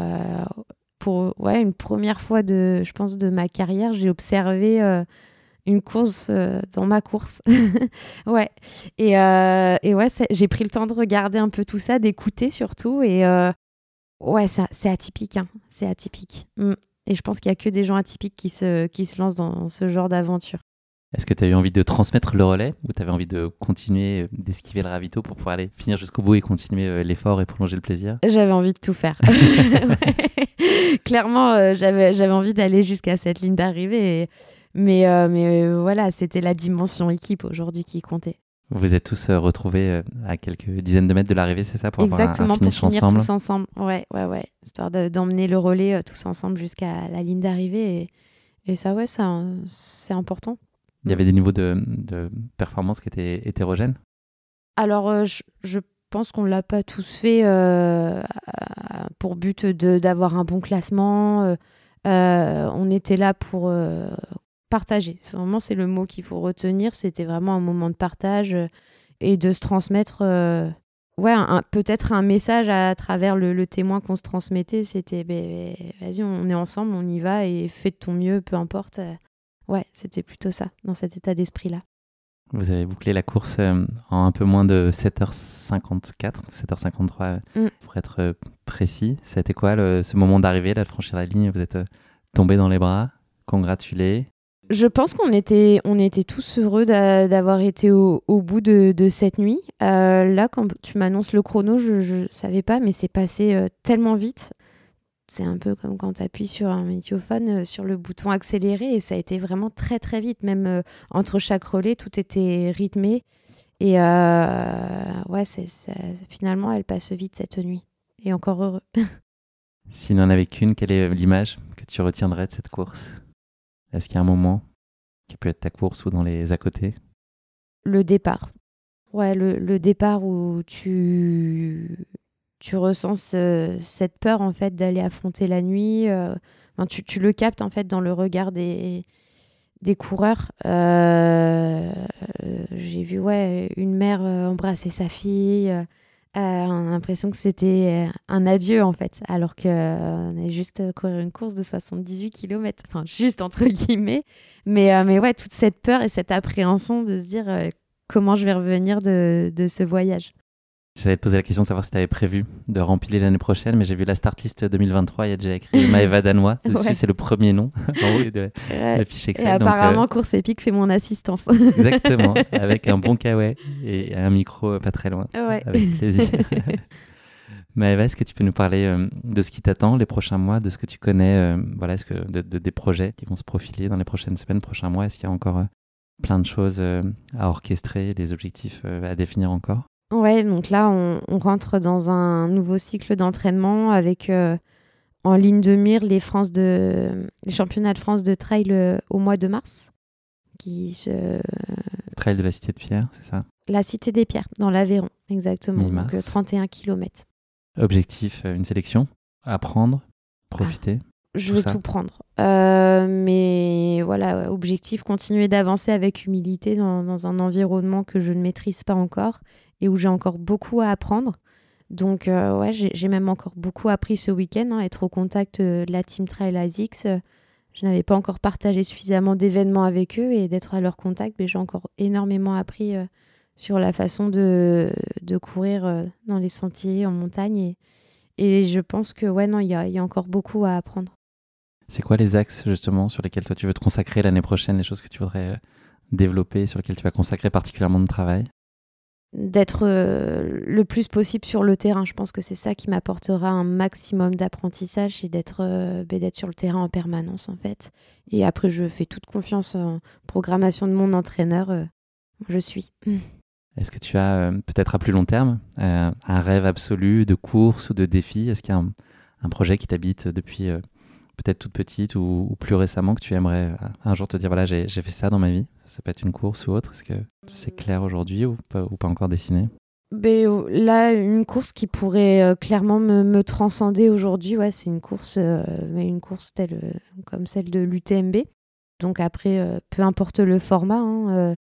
pour une première fois je pense de ma carrière, j'ai observé une course dans ma course. Ouais. Et ouais, j'ai pris le temps de regarder un peu tout ça, d'écouter surtout. Et ouais, c'est atypique. Hein. C'est atypique. Et je pense qu'il n'y a que des gens atypiques qui se lancent dans ce genre d'aventure. Est-ce que tu as eu envie de transmettre le relais ou tu avais envie de continuer d'esquiver le ravito pour pouvoir aller finir jusqu'au bout et continuer l'effort et prolonger le plaisir? J'avais envie de tout faire. Ouais. Clairement, j'avais envie d'aller jusqu'à cette ligne d'arrivée. Mais voilà, c'était la dimension équipe aujourd'hui qui comptait. Vous êtes tous retrouvés à quelques dizaines de mètres de l'arrivée, c'est ça, pour Exactement, avoir un finish pour finir ensemble? tous ensemble. Ouais. Histoire d'emmener le relais tous ensemble jusqu'à la ligne d'arrivée. Et ça, ouais, c'est important. Il y avait des niveaux de performance qui étaient hétérogènes? Alors, je pense qu'on ne l'a pas tous fait pour but d'avoir un bon classement. On était là pour partager. Vraiment, c'est le mot qu'il faut retenir. C'était vraiment un moment de partage et de se transmettre peut-être un message à travers le témoin qu'on se transmettait. C'était vas-y, on est ensemble, on y va et fais de ton mieux, peu importe. Ouais, c'était plutôt ça, dans cet état d'esprit-là. Vous avez bouclé la course en un peu moins de 7h54, 7h53 pour être précis. Ça a été quoi ce moment d'arrivée, là, de franchir la ligne? Vous êtes tombés dans les bras, congratulés? Je pense qu'on était tous heureux d'avoir été au bout de cette nuit. Là, quand tu m'annonces le chrono, je ne savais pas, mais c'est passé tellement vite. C'est un peu comme quand tu appuies sur un météophone sur le bouton accéléré et ça a été vraiment très très vite. Même entre chaque relais, tout était rythmé. Et finalement, elle passe vite cette nuit. Et encore heureux. S'il n'y en avait qu'une, quelle est l'image que tu retiendrais de cette course? Est-ce qu'il y a un moment qui peut être ta course ou dans les à côté? Le départ. Ouais, le départ où tu ressens cette peur en fait d'aller affronter la nuit. Tu le captes en fait dans le regard des coureurs. J'ai vu une mère embrasser sa fille. On a l'impression que c'était un adieu en fait, alors qu'on a juste courir une course de 78 km, enfin juste entre guillemets. Mais ouais, toute cette peur et cette appréhension de se dire comment je vais revenir de ce voyage. J'allais te poser la question de savoir si tu avais prévu de rempiler l'année prochaine, mais j'ai vu la start list 2023, il y a déjà écrit Maëva Danois. Dessus, c'est le premier nom en haut de la fiche Excel. Et apparemment, Course Épique fait mon assistance. Exactement, avec un bon kawaii et un micro pas très loin. Avec plaisir. Maëva, est-ce que tu peux nous parler de ce qui t'attend les prochains mois, de ce que tu connais, est-ce que des projets qui vont se profiler dans les prochaines semaines, prochains mois? Est-ce qu'il y a encore plein de choses à orchestrer, des objectifs à définir encore? Ouais, donc là, on rentre dans un nouveau cycle d'entraînement avec en ligne de mire les championnats de France de trail au mois de mars. Trail de la Cité de Pierre, c'est ça? La Cité des Pierres, dans l'Aveyron, exactement. Mi-mars. Donc 31 km. Objectif, une sélection, apprendre, profiter. Je veux tout prendre. Mais voilà, objectif, continuer d'avancer avec humilité dans un environnement que je ne maîtrise pas encore et où j'ai encore beaucoup à apprendre. Donc j'ai même encore beaucoup appris ce week-end, être au contact de la Team Trail ASICS. Je n'avais pas encore partagé suffisamment d'événements avec eux et d'être à leur contact, mais j'ai encore énormément appris sur la façon de courir dans les sentiers, en montagne. Et je pense que il y a encore beaucoup à apprendre. C'est quoi les axes justement sur lesquels toi tu veux te consacrer l'année prochaine, les choses que tu voudrais développer, sur lesquelles tu vas consacrer particulièrement de travail? D'être le plus possible sur le terrain. Je pense que c'est ça qui m'apportera un maximum d'apprentissage, c'est d'être sur le terrain en permanence en fait. Et après, je fais toute confiance en programmation de mon entraîneur. Je suis. Est-ce que tu as peut-être à plus long terme un rêve absolu de course ou de défi? Est-ce qu'il y a un projet qui t'habite depuis peut-être toute petite ou plus récemment que tu aimerais un jour te dire voilà, j'ai fait ça dans ma vie? Ça peut être une course ou autre. Est-ce que c'est clair aujourd'hui ou pas encore dessiné? Là, une course qui pourrait clairement me transcender aujourd'hui, c'est une course comme celle de l'UTMB. Donc après, peu importe le format,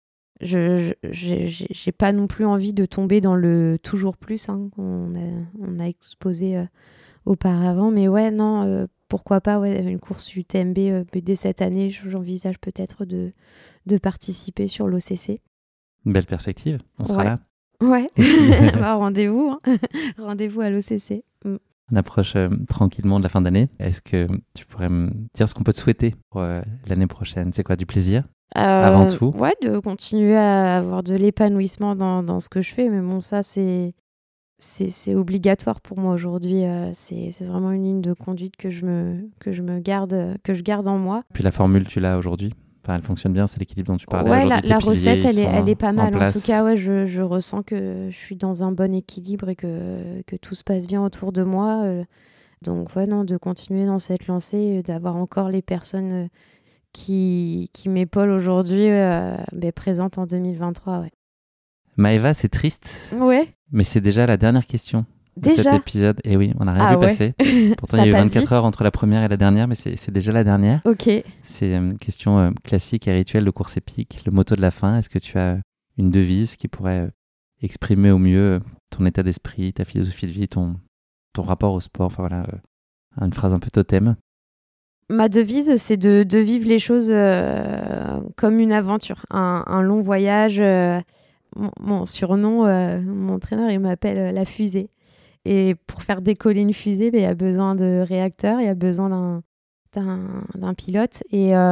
j'ai pas non plus envie de tomber dans le toujours plus qu'on a exposé auparavant. Mais pourquoi pas une course UTMB dès cette année. J'envisage peut-être de participer sur l'OCC. Une belle perspective, on sera là. Ouais, rendez-vous. Rendez-vous à l'OCC. On approche tranquillement de la fin d'année. Est-ce que tu pourrais me dire ce qu'on peut te souhaiter pour l'année prochaine? C'est quoi, du plaisir avant tout? Ouais, de continuer à avoir de l'épanouissement dans ce que je fais. Mais bon, ça, c'est obligatoire pour moi aujourd'hui. C'est vraiment une ligne de conduite que je garde en moi. Puis la formule, tu l'as aujourd'hui? Enfin, elle fonctionne bien, c'est l'équilibre dont tu parlais aujourd'hui. La recette, elle est pas mal. En tout cas, je ressens que je suis dans un bon équilibre et que tout se passe bien autour de moi. Donc, de continuer dans cette lancée, d'avoir encore les personnes qui m'épaulent aujourd'hui, présentes en 2023. Ouais. Maëva, c'est triste. Ouais. Mais c'est déjà la dernière question de cet épisode. Et oui, on n'a rien vu passer. Pourtant, il y a eu 24 heures entre la première et la dernière, mais c'est déjà la dernière. Ok. C'est une question classique et rituelle de course épique. Le motto de la fin, est-ce que tu as une devise qui pourrait exprimer au mieux ton état d'esprit, ta philosophie de vie, ton rapport au sport? Enfin voilà, une phrase un peu totem. Ma devise, c'est de vivre les choses comme une aventure, un long voyage. Mon surnom, mon entraîneur, il m'appelle la fusée. Et pour faire décoller une fusée, il y a besoin de réacteurs, il y a besoin d'un pilote.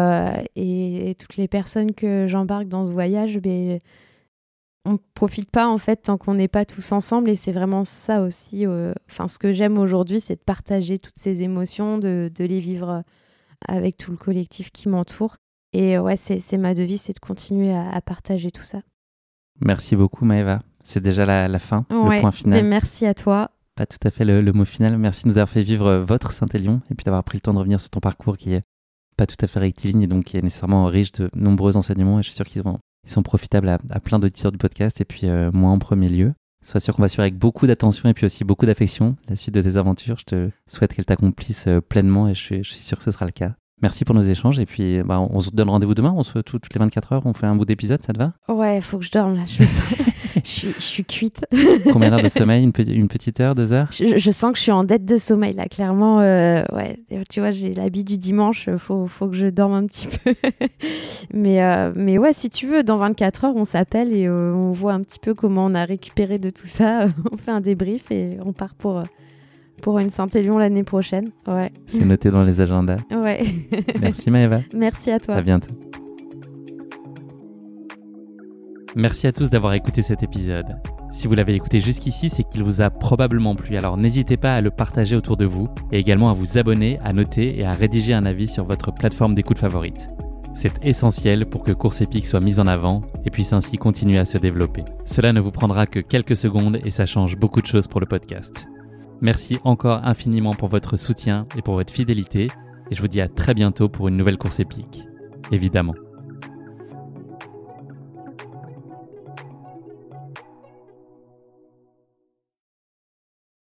Et toutes les personnes que j'embarque dans ce voyage, on ne profite pas en fait tant qu'on n'est pas tous ensemble. Et c'est vraiment ça aussi. Ce que j'aime aujourd'hui, c'est de partager toutes ces émotions, de les vivre avec tout le collectif qui m'entoure. Et c'est ma devise, c'est de continuer à partager tout ça. Merci beaucoup Maëva. C'est déjà la fin, le point final. Merci à toi. Pas tout à fait le mot final. Merci de nous avoir fait vivre votre Saint-Élion et puis d'avoir pris le temps de revenir sur ton parcours qui est pas tout à fait rectiligne et donc qui est nécessairement riche de nombreux enseignements. Et je suis sûr qu'ils sont profitables à plein d'auditeurs du podcast et puis moi en premier lieu. Sois sûr qu'on va suivre avec beaucoup d'attention et puis aussi beaucoup d'affection la suite de tes aventures. Je te souhaite qu'elles t'accomplissent pleinement et je suis sûr que ce sera le cas. Merci pour nos échanges et puis on se donne rendez-vous demain. On se retrouve toutes les 24 heures, on fait un bout d'épisode, ça te va? Ouais, il faut que je dorme là. Je Je suis cuite. Combien d'heures de sommeil? Une petite heure, 2 heures? Je sens que je suis en dette de sommeil là, clairement. Ouais, tu vois, j'ai l'habit du dimanche, faut que je dorme un petit peu. mais ouais, si tu veux, dans 24 heures, on s'appelle et on voit un petit peu comment on a récupéré de tout ça. On fait un débrief et on part pour une Saint-Élion l'année prochaine. Ouais. C'est noté dans les agendas. Ouais. Merci Maëva. Merci à toi. À bientôt. Merci à tous d'avoir écouté cet épisode. Si vous l'avez écouté jusqu'ici, c'est qu'il vous a probablement plu, alors n'hésitez pas à le partager autour de vous et également à vous abonner, à noter et à rédiger un avis sur votre plateforme d'écoute favorite. C'est essentiel pour que Course Épique soit mise en avant et puisse ainsi continuer à se développer. Cela ne vous prendra que quelques secondes et ça change beaucoup de choses pour le podcast. Merci encore infiniment pour votre soutien et pour votre fidélité et je vous dis à très bientôt pour une nouvelle Course Épique. Évidemment.